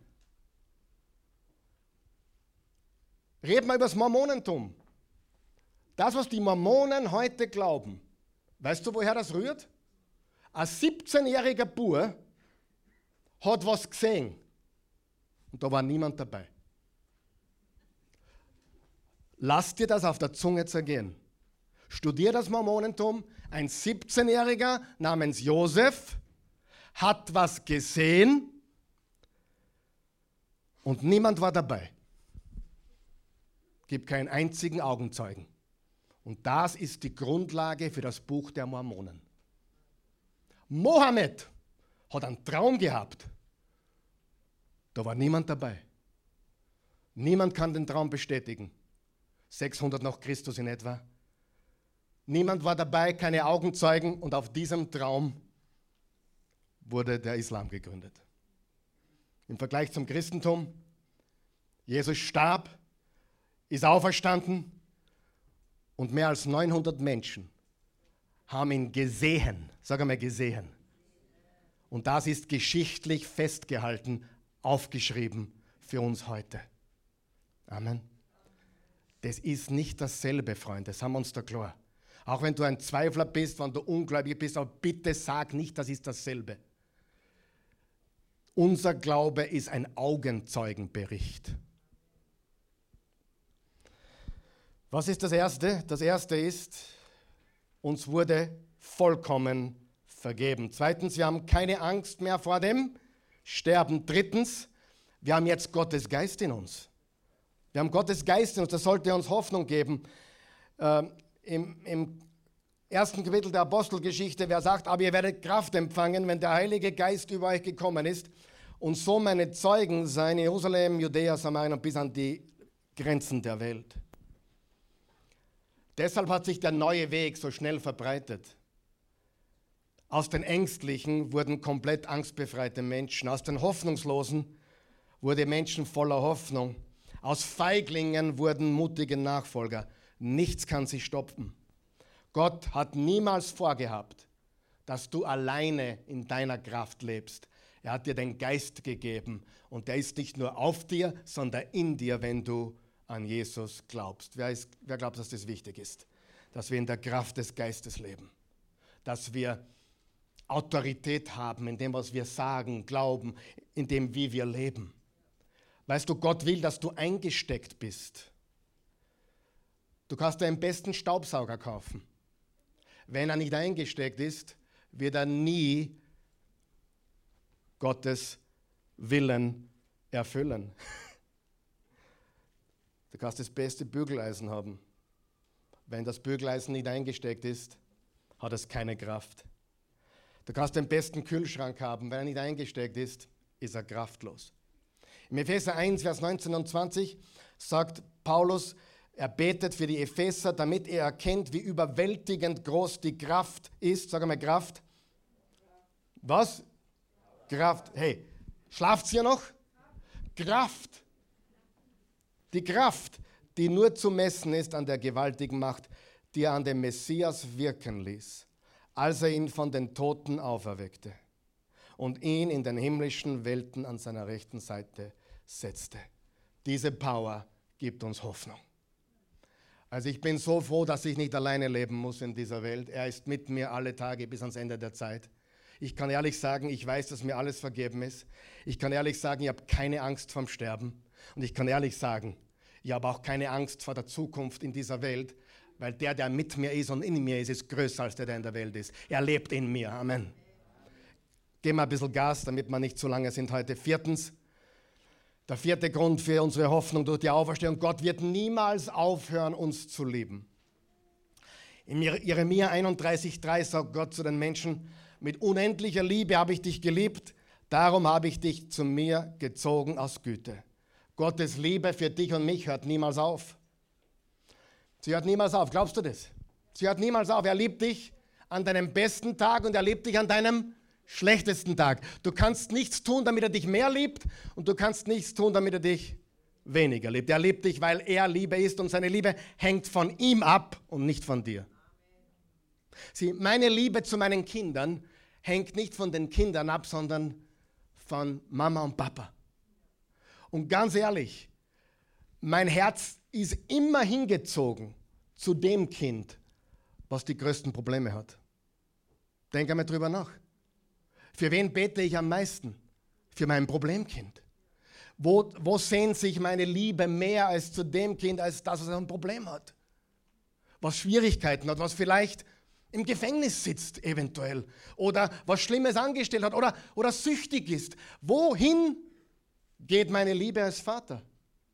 Reden wir über das Mormonentum. Das, was die Mormonen heute glauben, weißt du, woher das rührt? Ein siebzehnjähriger Bub hat was gesehen und da war niemand dabei. Lass dir das auf der Zunge zergehen. Studier das Mormonentum. Ein siebzehnjähriger namens Josef hat was gesehen und niemand war dabei. Gibt keinen einzigen Augenzeugen. Und das ist die Grundlage für das Buch der Mormonen. Mohammed hat einen Traum gehabt. Da war niemand dabei. Niemand kann den Traum bestätigen. sechshundert nach Christus in etwa. Niemand war dabei, keine Augenzeugen, und auf diesem Traum wurde der Islam gegründet. Im Vergleich zum Christentum, Jesus starb, ist auferstanden und mehr als neunhundert Menschen haben ihn gesehen. Sag einmal gesehen. Und das ist geschichtlich festgehalten, aufgeschrieben für uns heute. Amen. Das ist nicht dasselbe, Freunde, das haben wir uns da klar. Auch wenn du ein Zweifler bist, wenn du ungläubig bist, aber bitte sag nicht, das ist dasselbe. Unser Glaube ist ein Augenzeugenbericht. Was ist das Erste? Das Erste ist, uns wurde vollkommen vergeben. Zweitens, wir haben keine Angst mehr vor dem Sterben. Drittens, wir haben jetzt Gottes Geist in uns. Wir haben Gottes Geist in uns, das sollte uns Hoffnung geben. Ähm, im, im ersten Kapitel der Apostelgeschichte, wer sagt, aber ihr werdet Kraft empfangen, wenn der Heilige Geist über euch gekommen ist und so meine Zeugen sein in Jerusalem, Judäa, Samarien und bis an die Grenzen der Welt. Deshalb hat sich der neue Weg so schnell verbreitet. Aus den Ängstlichen wurden komplett angstbefreite Menschen. Aus den Hoffnungslosen wurden Menschen voller Hoffnung. Aus Feiglingen wurden mutige Nachfolger. Nichts kann sie stoppen. Gott hat niemals vorgehabt, dass du alleine in deiner Kraft lebst. Er hat dir den Geist gegeben und der ist nicht nur auf dir, sondern in dir, wenn du an Jesus glaubst. Wer, ist, wer glaubt, dass das wichtig ist? Dass wir in der Kraft des Geistes leben. Dass wir Autorität haben in dem, was wir sagen, glauben, in dem, wie wir leben. Weißt du, Gott will, dass du eingesteckt bist. Du kannst dir den besten Staubsauger kaufen. Wenn er nicht eingesteckt ist, wird er nie Gottes Willen erfüllen. Du kannst das beste Bügeleisen haben. Wenn das Bügeleisen nicht eingesteckt ist, hat es keine Kraft. Du kannst den besten Kühlschrank haben. Wenn er nicht eingesteckt ist, ist er kraftlos. Im Epheser eins, Vers neunzehn und zwanzig sagt Paulus, er betet für die Epheser, damit er erkennt, wie überwältigend groß die Kraft ist. Sag einmal Kraft. Was? Kraft. Hey, schlaft's hier noch? Kraft. Die Kraft, die nur zu messen ist an der gewaltigen Macht, die er an dem Messias wirken ließ, als er ihn von den Toten auferweckte und ihn in den himmlischen Welten an seiner rechten Seite setzte. Diese Power gibt uns Hoffnung. Also ich bin so froh, dass ich nicht alleine leben muss in dieser Welt. Er ist mit mir alle Tage bis ans Ende der Zeit. Ich kann ehrlich sagen, ich weiß, dass mir alles vergeben ist. Ich kann ehrlich sagen, ich habe keine Angst vorm Sterben. Und ich kann ehrlich sagen, ich habe auch keine Angst vor der Zukunft in dieser Welt, weil der, der mit mir ist und in mir ist, ist größer als der, der in der Welt ist. Er lebt in mir. Amen. Geben wir ein bisschen Gas, damit wir nicht zu lange sind heute. Viertens, der vierte Grund für unsere Hoffnung durch die Auferstehung. Gott wird niemals aufhören, uns zu lieben. In Jeremia einunddreißig drei sagt Gott zu den Menschen, mit unendlicher Liebe habe ich dich geliebt, darum habe ich dich zu mir gezogen aus Güte. Gottes Liebe für dich und mich hört niemals auf. Sie hört niemals auf. Glaubst du das? Sie hört niemals auf. Er liebt dich an deinem besten Tag und er liebt dich an deinem schlechtesten Tag. Du kannst nichts tun, damit er dich mehr liebt und du kannst nichts tun, damit er dich weniger liebt. Er liebt dich, weil er Liebe ist und seine Liebe hängt von ihm ab und nicht von dir. Sieh, meine Liebe zu meinen Kindern hängt nicht von den Kindern ab, sondern von Mama und Papa. Und ganz ehrlich, mein Herz ist immer hingezogen zu dem Kind, was die größten Probleme hat. Denk einmal drüber nach. Für wen bete ich am meisten? Für mein Problemkind. Wo, wo sehnt sich meine Liebe mehr als zu dem Kind, als das, was ein Problem hat? Was Schwierigkeiten hat, was vielleicht im Gefängnis sitzt eventuell oder was Schlimmes angestellt hat oder, oder süchtig ist. Wohin geht meine Liebe als Vater?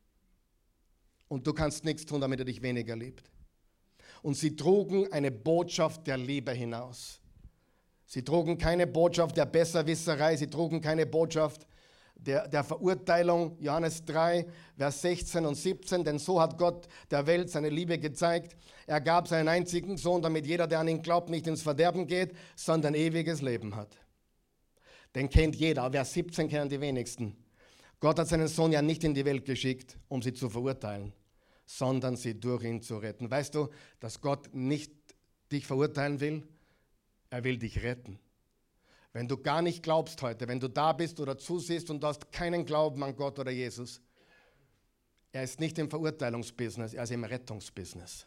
Und du kannst nichts tun, damit er dich weniger liebt. Und sie trugen eine Botschaft der Liebe hinaus. Sie trugen keine Botschaft der Besserwisserei, sie trugen keine Botschaft der, der Verurteilung. Johannes drei, Vers sechzehn und siebzehn, denn so hat Gott der Welt seine Liebe gezeigt. Er gab seinen einzigen Sohn, damit jeder, der an ihn glaubt, nicht ins Verderben geht, sondern ewiges Leben hat. Den kennt jeder, Vers siebzehn kennen die wenigsten. Gott hat seinen Sohn ja nicht in die Welt geschickt, um sie zu verurteilen, sondern sie durch ihn zu retten. Weißt du, dass Gott nicht dich verurteilen will? Er will dich retten. Wenn du gar nicht glaubst heute, wenn du da bist oder zusiehst und du hast keinen Glauben an Gott oder Jesus, er ist nicht im Verurteilungsbusiness, er ist im Rettungsbusiness.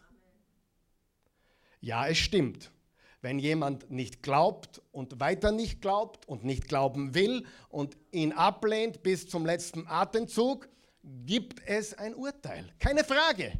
Ja, es stimmt. Wenn jemand nicht glaubt und weiter nicht glaubt und nicht glauben will und ihn ablehnt bis zum letzten Atemzug, gibt es ein Urteil. Keine Frage.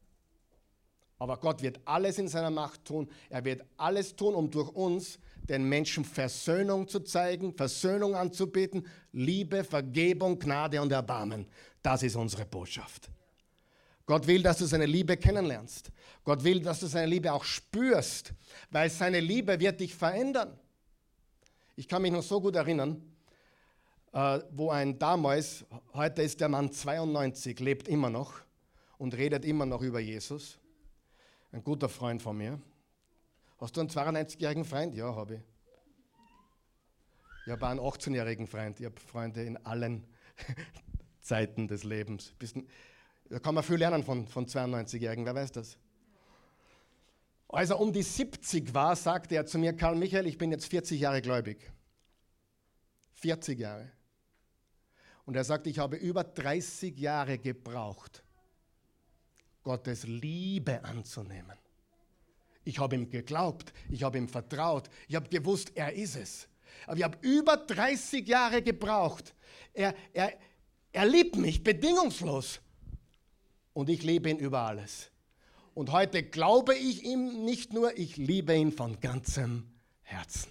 Aber Gott wird alles in seiner Macht tun. Er wird alles tun, um durch uns den Menschen Versöhnung zu zeigen, Versöhnung anzubieten, Liebe, Vergebung, Gnade und Erbarmen. Das ist unsere Botschaft. Gott will, dass du seine Liebe kennenlernst. Gott will, dass du seine Liebe auch spürst, weil seine Liebe wird dich verändern. Ich kann mich noch so gut erinnern, äh, wo ein damals, heute ist der Mann zweiundneunzig, lebt immer noch und redet immer noch über Jesus. Ein guter Freund von mir. Hast du einen zweiundneunzigjährigen Freund? Ja, habe ich. Ich habe einen achtzehnjährigen Freund. Ich habe Freunde in allen Zeiten des Lebens. Da kann man viel lernen von, von zweiundneunzigjährigen, wer weiß das? Als er um die siebzig war, sagte er zu mir, Karl Michael, ich bin jetzt vierzig Jahre gläubig. vierzig Jahre. Und er sagte, ich habe über dreißig Jahre gebraucht, Gottes Liebe anzunehmen. Ich habe ihm geglaubt, ich habe ihm vertraut, ich habe gewusst, er ist es. Aber ich habe über dreißig Jahre gebraucht. Er, er, er liebt mich bedingungslos. Und ich liebe ihn über alles. Und heute glaube ich ihm nicht nur, ich liebe ihn von ganzem Herzen.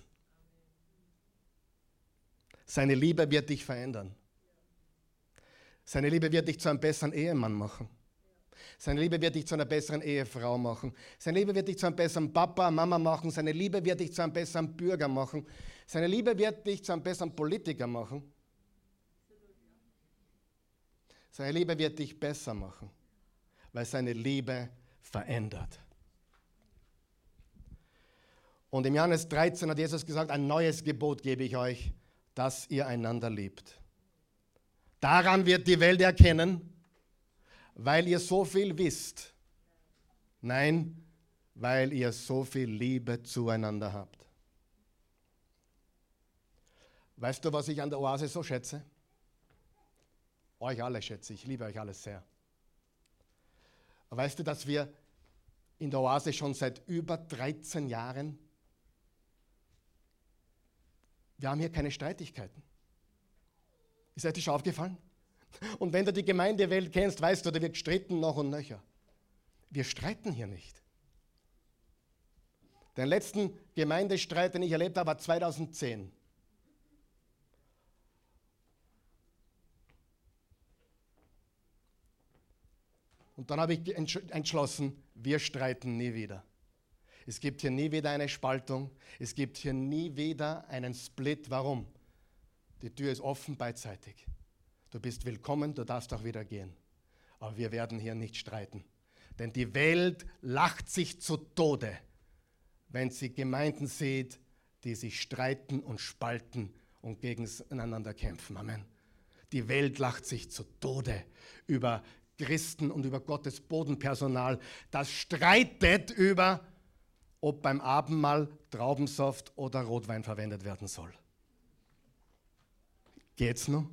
Seine Liebe wird dich verändern. Seine Liebe wird dich zu einem besseren Ehemann machen. Seine Liebe wird dich zu einer besseren Ehefrau machen. Seine Liebe wird dich zu einem besseren Papa, Mama machen. Seine Liebe wird dich zu einem besseren Bürger machen. Seine Liebe wird dich zu einem besseren Politiker machen. Seine Liebe wird dich besser machen, weil seine Liebe verändert. Und im Johannes dreizehn hat Jesus gesagt, ein neues Gebot gebe ich euch, dass ihr einander liebt. Daran wird die Welt erkennen, weil ihr so viel wisst. Nein, weil ihr so viel Liebe zueinander habt. Weißt du, was ich an der Oase so schätze? Euch alle schätze ich, ich liebe euch alle sehr. Weißt du, dass wir in der Oase schon seit über dreizehn Jahren, wir haben hier keine Streitigkeiten. Ist euch das schon aufgefallen? Und wenn du die Gemeindewelt kennst, weißt du, da wird gestritten noch und nöcher. Wir streiten hier nicht. Den letzten Gemeindestreit, den ich erlebt habe, war zweitausendzehn. Und dann habe ich entschlossen, wir streiten nie wieder. Es gibt hier nie wieder eine Spaltung. Es gibt hier nie wieder einen Split. Warum? Die Tür ist offen beidseitig. Du bist willkommen, du darfst auch wieder gehen. Aber wir werden hier nicht streiten. Denn die Welt lacht sich zu Tode, wenn sie Gemeinden sieht, die sich streiten und spalten und gegeneinander kämpfen. Amen. Die Welt lacht sich zu Tode über Christen und über Gottes Bodenpersonal, das streitet über, ob beim Abendmahl Traubensaft oder Rotwein verwendet werden soll. Geht's noch?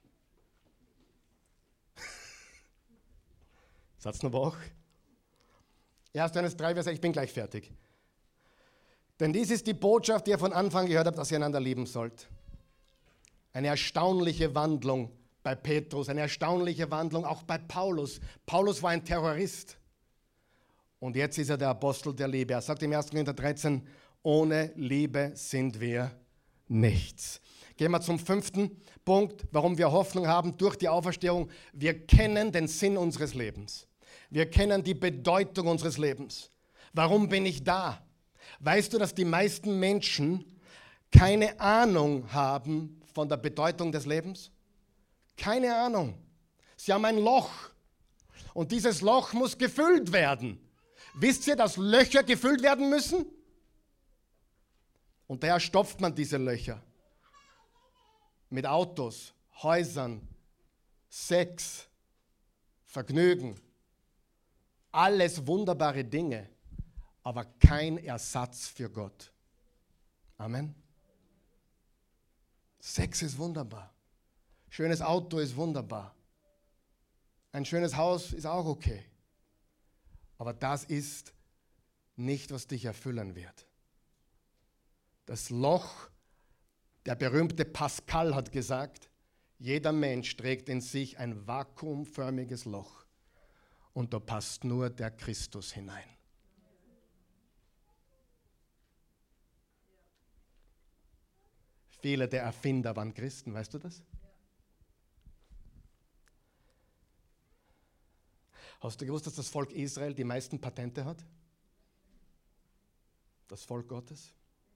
Seid's noch wach? erster Johannes drei, Vers sechs, ich bin gleich fertig. Denn dies ist die Botschaft, die ihr von Anfang gehört habt, dass ihr einander lieben sollt. Eine erstaunliche Wandlung bei Petrus, eine erstaunliche Wandlung auch bei Paulus. Paulus war ein Terrorist. Und jetzt ist er der Apostel der Liebe. Er sagt im ersten Korinther dreizehn, ohne Liebe sind wir nichts. Gehen wir zum fünften Punkt, warum wir Hoffnung haben durch die Auferstehung. Wir kennen den Sinn unseres Lebens. Wir kennen die Bedeutung unseres Lebens. Warum bin ich da? Weißt du, dass die meisten Menschen keine Ahnung haben von der Bedeutung des Lebens? Keine Ahnung. Sie haben ein Loch und dieses Loch muss gefüllt werden. Wisst ihr, dass Löcher gefüllt werden müssen? Und daher stopft man diese Löcher mit Autos, Häusern, Sex, Vergnügen. Alles wunderbare Dinge, aber kein Ersatz für Gott. Amen. Sex ist wunderbar. Schönes Auto ist wunderbar. Ein schönes Haus ist auch okay. Aber das ist nicht, was dich erfüllen wird. Das Loch, der berühmte Pascal hat gesagt, jeder Mensch trägt in sich ein vakuumförmiges Loch und da passt nur der Christus hinein. Viele der Erfinder waren Christen, weißt du das? Hast du gewusst, dass das Volk Israel die meisten Patente hat? Das Volk Gottes?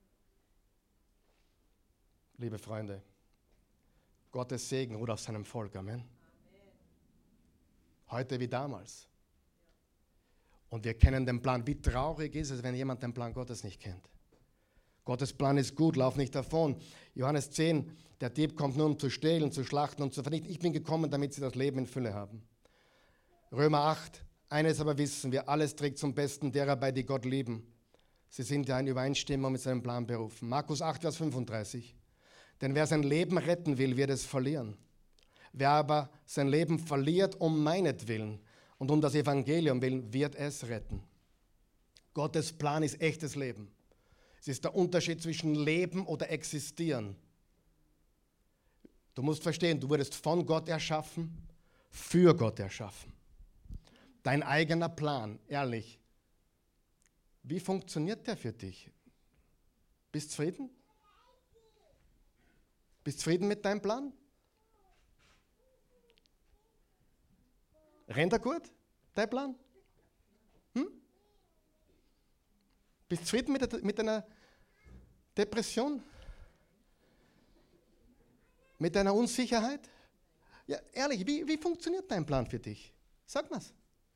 Liebe Freunde, Gottes Segen ruht auf seinem Volk. Amen. Heute wie damals. Und wir kennen den Plan. Wie traurig ist es, wenn jemand den Plan Gottes nicht kennt? Gottes Plan ist gut, lauf nicht davon. Johannes zehn, der Dieb kommt nur, um zu stehlen, zu schlachten und zu vernichten. Ich bin gekommen, damit sie das Leben in Fülle haben. Römer acht, eines aber wissen wir, alles trägt zum Besten derer bei, die Gott lieben. Sie sind ja in Übereinstimmung mit seinem Plan berufen. Markus acht, Vers fünfunddreißig. Denn wer sein Leben retten will, wird es verlieren. Wer aber sein Leben verliert um meinetwillen und um das Evangelium willen, wird es retten. Gottes Plan ist echtes Leben. Es ist der Unterschied zwischen Leben oder Existieren. Du musst verstehen, du wurdest von Gott erschaffen, für Gott erschaffen. Dein eigener Plan, ehrlich, wie funktioniert der für dich? Bist du zufrieden? Bist du zufrieden mit deinem Plan? Rennt er gut, dein Plan? Hm? Bist du zufrieden mit, der, mit deiner Depression? Mit deiner Unsicherheit? Ja, ehrlich, wie, wie funktioniert dein Plan für dich? Sag mal's.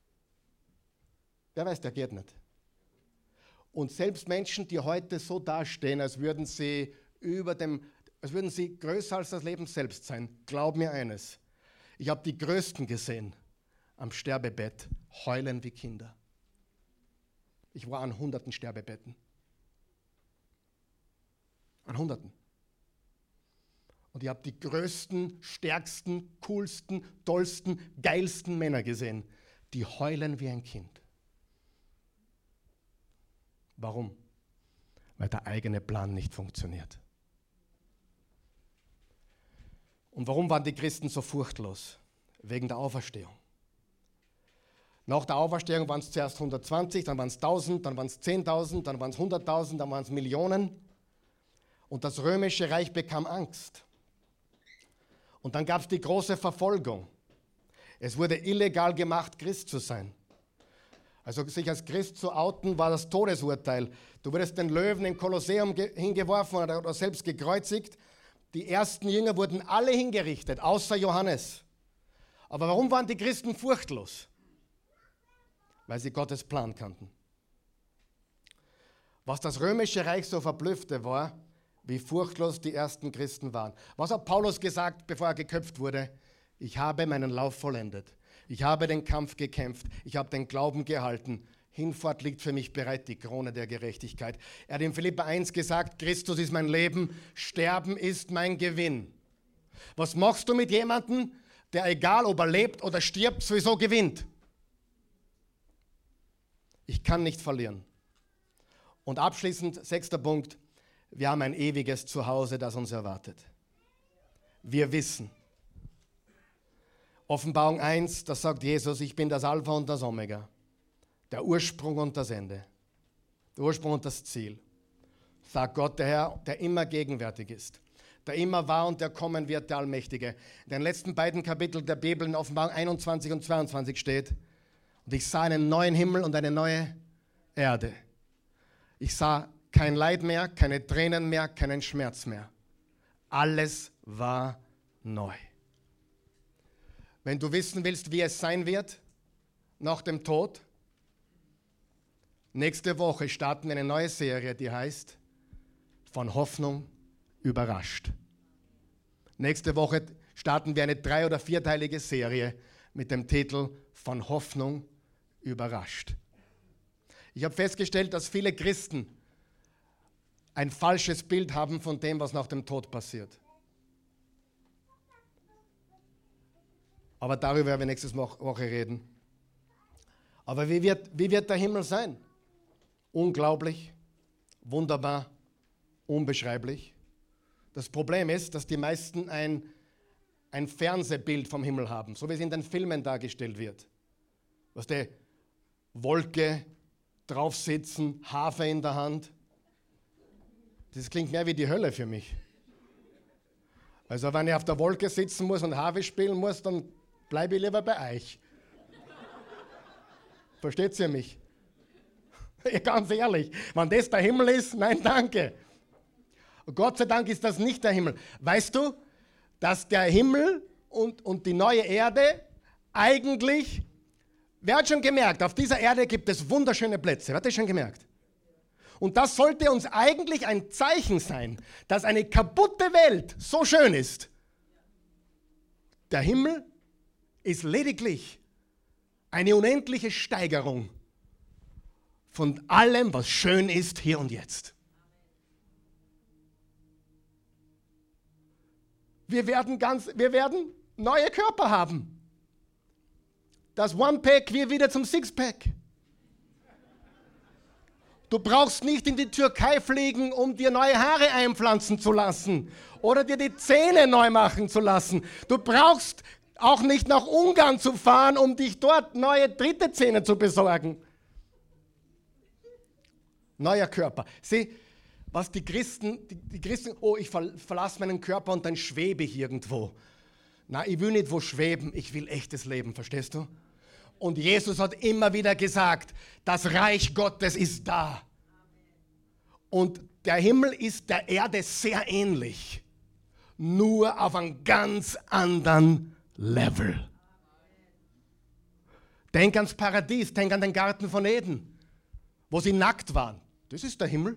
Wer weiß, der geht nicht. Und selbst Menschen, die heute so dastehen, als würden sie über dem, als würden sie größer als das Leben selbst sein, glaub mir eines. Ich habe die Größten gesehen am Sterbebett, heulen wie Kinder. Ich war an hunderten Sterbebetten. An hunderten. Und ich habe die größten, stärksten, coolsten, tollsten, geilsten Männer gesehen, die heulen wie ein Kind. Warum? Weil der eigene Plan nicht funktioniert. Und warum waren die Christen so furchtlos? Wegen der Auferstehung. Nach der Auferstehung waren es zuerst hundertzwanzig, dann waren es tausend, dann waren es zehntausend, dann waren es hunderttausend, dann waren es Millionen. Und das römische Reich bekam Angst. Und dann gab es die große Verfolgung. Es wurde illegal gemacht, Christ zu sein. Also sich als Christ zu outen, war das Todesurteil. Du wurdest den Löwen im Kolosseum hingeworfen oder, oder selbst gekreuzigt. Die ersten Jünger wurden alle hingerichtet, außer Johannes. Aber warum waren die Christen furchtlos? Weil sie Gottes Plan kannten. Was das römische Reich so verblüffte, war, wie furchtlos die ersten Christen waren. Was hat Paulus gesagt, bevor er geköpft wurde? Ich habe meinen Lauf vollendet. Ich habe den Kampf gekämpft. Ich habe den Glauben gehalten. Hinfort liegt für mich bereit die Krone der Gerechtigkeit. Er hat in Philipper eins gesagt, Christus ist mein Leben, Sterben ist mein Gewinn. Was machst du mit jemandem, der egal ob er lebt oder stirbt, sowieso gewinnt? Ich kann nicht verlieren. Und abschließend, sechster Punkt, wir haben ein ewiges Zuhause, das uns erwartet. Wir wissen. Offenbarung eins, das sagt Jesus, ich bin das Alpha und das Omega, der Ursprung und das Ende, der Ursprung und das Ziel, sagt Gott, der Herr, der immer gegenwärtig ist, der immer war und der kommen wird, der Allmächtige. In den letzten beiden Kapiteln der Bibel in Offenbarung einundzwanzig und zweiundzwanzig steht, und ich sah einen neuen Himmel und eine neue Erde. Ich sah kein Leid mehr, keine Tränen mehr, keinen Schmerz mehr. Alles war neu. Wenn du wissen willst, wie es sein wird nach dem Tod, nächste Woche starten wir eine neue Serie, die heißt Von Hoffnung überrascht. Nächste Woche starten wir eine drei- oder vierteilige Serie mit dem Titel Von Hoffnung überrascht. Ich habe festgestellt, dass viele Christen ein falsches Bild haben von dem, was nach dem Tod passiert. Aber darüber werden wir nächste Woche reden. Aber wie wird, wie wird der Himmel sein? Unglaublich, wunderbar, unbeschreiblich. Das Problem ist, dass die meisten ein, ein Fernsehbild vom Himmel haben, so wie es in den Filmen dargestellt wird. Was der Wolke, draufsitzen, Harfe in der Hand. Das klingt mehr wie die Hölle für mich. Also wenn ich auf der Wolke sitzen muss und Harfe spielen muss, dann bleibe ich lieber bei euch. Versteht ihr mich? Ganz ehrlich, wenn das der Himmel ist, nein, danke. Gott sei Dank ist das nicht der Himmel. Weißt du, dass der Himmel und, und die neue Erde eigentlich, wer hat schon gemerkt, auf dieser Erde gibt es wunderschöne Plätze. Wer hat das schon gemerkt? Und das sollte uns eigentlich ein Zeichen sein, dass eine kaputte Welt so schön ist. Der Himmel ist lediglich eine unendliche Steigerung von allem, was schön ist hier und jetzt. Wir werden, ganz, wir werden neue Körper haben. Das One-Pack wird wieder zum Six-Pack. Du brauchst nicht in die Türkei fliegen, um dir neue Haare einpflanzen zu lassen oder dir die Zähne neu machen zu lassen. Du brauchst auch nicht nach Ungarn zu fahren, um dich dort neue dritte Zähne zu besorgen. Neuer Körper. Sieh, was die Christen, die, die Christen, oh, ich ver, verlasse meinen Körper und dann schwebe ich irgendwo. Na, ich will nicht wo schweben, ich will echtes Leben, verstehst du? Und Jesus hat immer wieder gesagt, das Reich Gottes ist da. Und der Himmel ist der Erde sehr ähnlich, nur auf einem ganz anderen Level. Denk ans Paradies, denk an den Garten von Eden, wo sie nackt waren. Das ist der Himmel.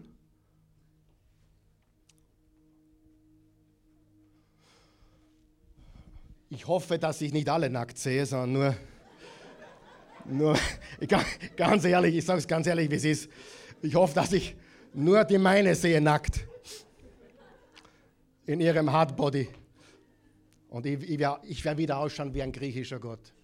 Ich hoffe, dass ich nicht alle nackt sehe, sondern nur... Nur, ganz ehrlich, ich sage es ganz ehrlich, wie es ist. Ich hoffe, dass ich nur die meine sehe nackt. In ihrem Hardbody. Und ich, ich werde ich werd wieder ausschauen wie ein griechischer Gott.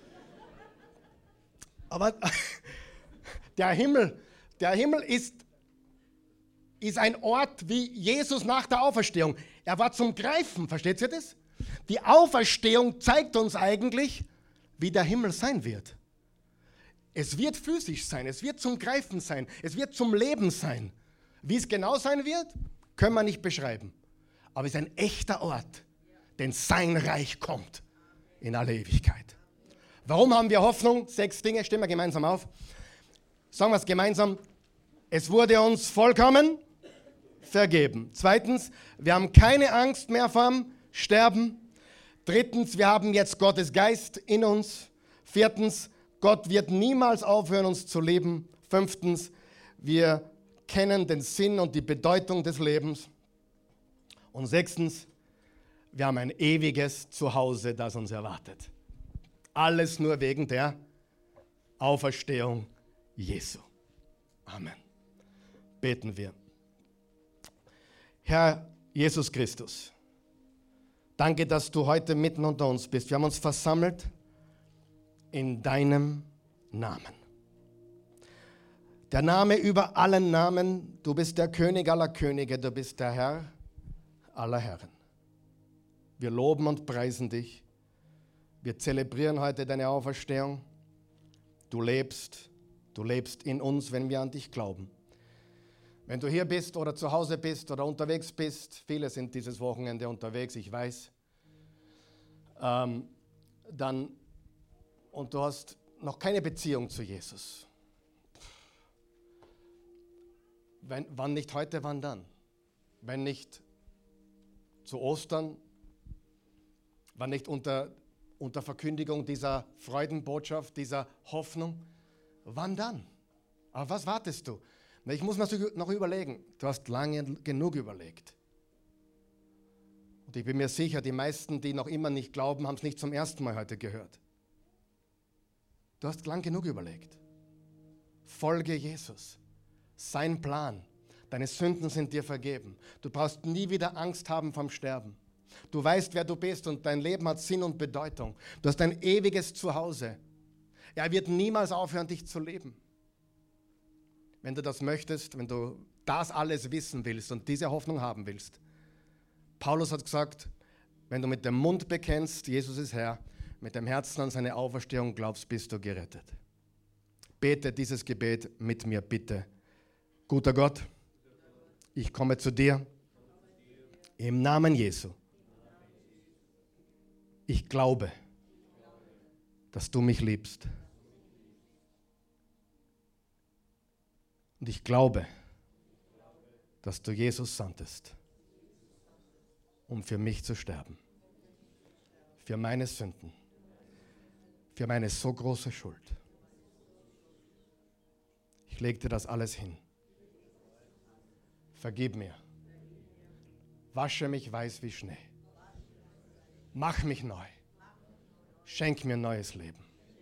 Aber der Himmel, der Himmel ist, ist ein Ort wie Jesus nach der Auferstehung. Er war zum Greifen, versteht ihr das? Die Auferstehung zeigt uns eigentlich, wie der Himmel sein wird. Es wird physisch sein, es wird zum Greifen sein, es wird zum Leben sein. Wie es genau sein wird, können wir nicht beschreiben. Aber es ist ein echter Ort, denn sein Reich kommt in alle Ewigkeit. Warum haben wir Hoffnung? Sechs Dinge, stimmen wir gemeinsam auf. Sagen wir es gemeinsam. Es wurde uns vollkommen vergeben. Zweitens, wir haben keine Angst mehr vorm Sterben. Drittens, wir haben jetzt Gottes Geist in uns. Viertens, Gott wird niemals aufhören, uns zu lieben. Fünftens, wir kennen den Sinn und die Bedeutung des Lebens. Und sechstens, wir haben ein ewiges Zuhause, das uns erwartet. Alles nur wegen der Auferstehung Jesu. Amen. Beten wir. Herr Jesus Christus, danke, dass du heute mitten unter uns bist. Wir haben uns versammelt in deinem Namen. Der Name über allen Namen, du bist der König aller Könige, du bist der Herr aller Herren. Wir loben und preisen dich. Wir zelebrieren heute deine Auferstehung. Du lebst, du lebst in uns, wenn wir an dich glauben. Wenn du hier bist oder zu Hause bist oder unterwegs bist, viele sind dieses Wochenende unterwegs, ich weiß, ähm, dann und du hast noch keine Beziehung zu Jesus. Wenn, wann nicht heute, wann dann? Wenn nicht zu Ostern, wann nicht unter, unter Verkündigung dieser Freudenbotschaft, dieser Hoffnung, wann dann? Aber was wartest du? Na, ich muss noch überlegen. Du hast lange genug überlegt. Und ich bin mir sicher, die meisten, die noch immer nicht glauben, haben es nicht zum ersten Mal heute gehört. Du hast lang genug überlegt. Folge Jesus. Sein Plan. Deine Sünden sind dir vergeben. Du brauchst nie wieder Angst haben vom Sterben. Du weißt, wer du bist und dein Leben hat Sinn und Bedeutung. Du hast ein ewiges Zuhause. Er wird niemals aufhören, dich zu lieben. Wenn du das möchtest, wenn du das alles wissen willst und diese Hoffnung haben willst. Paulus hat gesagt, wenn du mit dem Mund bekennst, Jesus ist Herr, mit dem Herzen an seine Auferstehung glaubst, bist du gerettet. Bete dieses Gebet mit mir, bitte. Guter Gott, ich komme zu dir im Namen Jesu. Ich glaube, dass du mich liebst. Und ich glaube, dass du Jesus sandtest, um für mich zu sterben. Für meine Sünden. Für meine so große Schuld. Ich lege dir das alles hin. Vergib mir. Wasche mich weiß wie Schnee. Mach mich neu. Schenk mir neues Leben.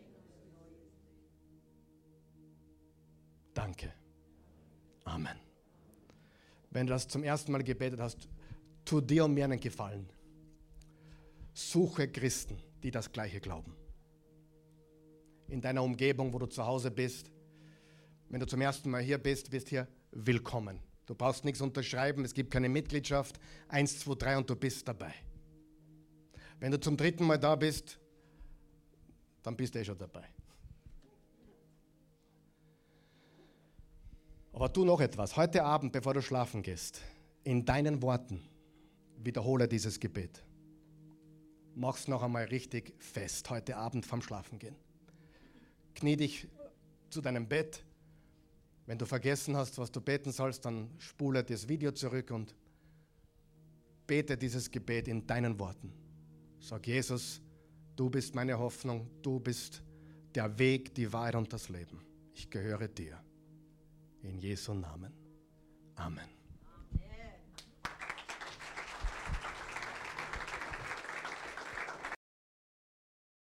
Danke. Amen. Wenn du das zum ersten Mal gebetet hast, tu dir und mir einen Gefallen. Suche Christen, die das Gleiche glauben. In deiner Umgebung, wo du zu Hause bist. Wenn du zum ersten Mal hier bist, bist hier willkommen. Du brauchst nichts unterschreiben, es gibt keine Mitgliedschaft. Eins, zwei, drei und du bist dabei. Wenn du zum dritten Mal da bist, dann bist du eh schon dabei. Aber tu noch etwas. Heute Abend, bevor du schlafen gehst, in deinen Worten wiederhole dieses Gebet. Mach's noch einmal richtig fest, heute Abend vorm Schlafengehen. Knie dich zu deinem Bett. Wenn du vergessen hast, was du beten sollst, dann spule das Video zurück und bete dieses Gebet in deinen Worten. Sag, Jesus, du bist meine Hoffnung, du bist der Weg, die Wahrheit und das Leben. Ich gehöre dir. In Jesu Namen. Amen.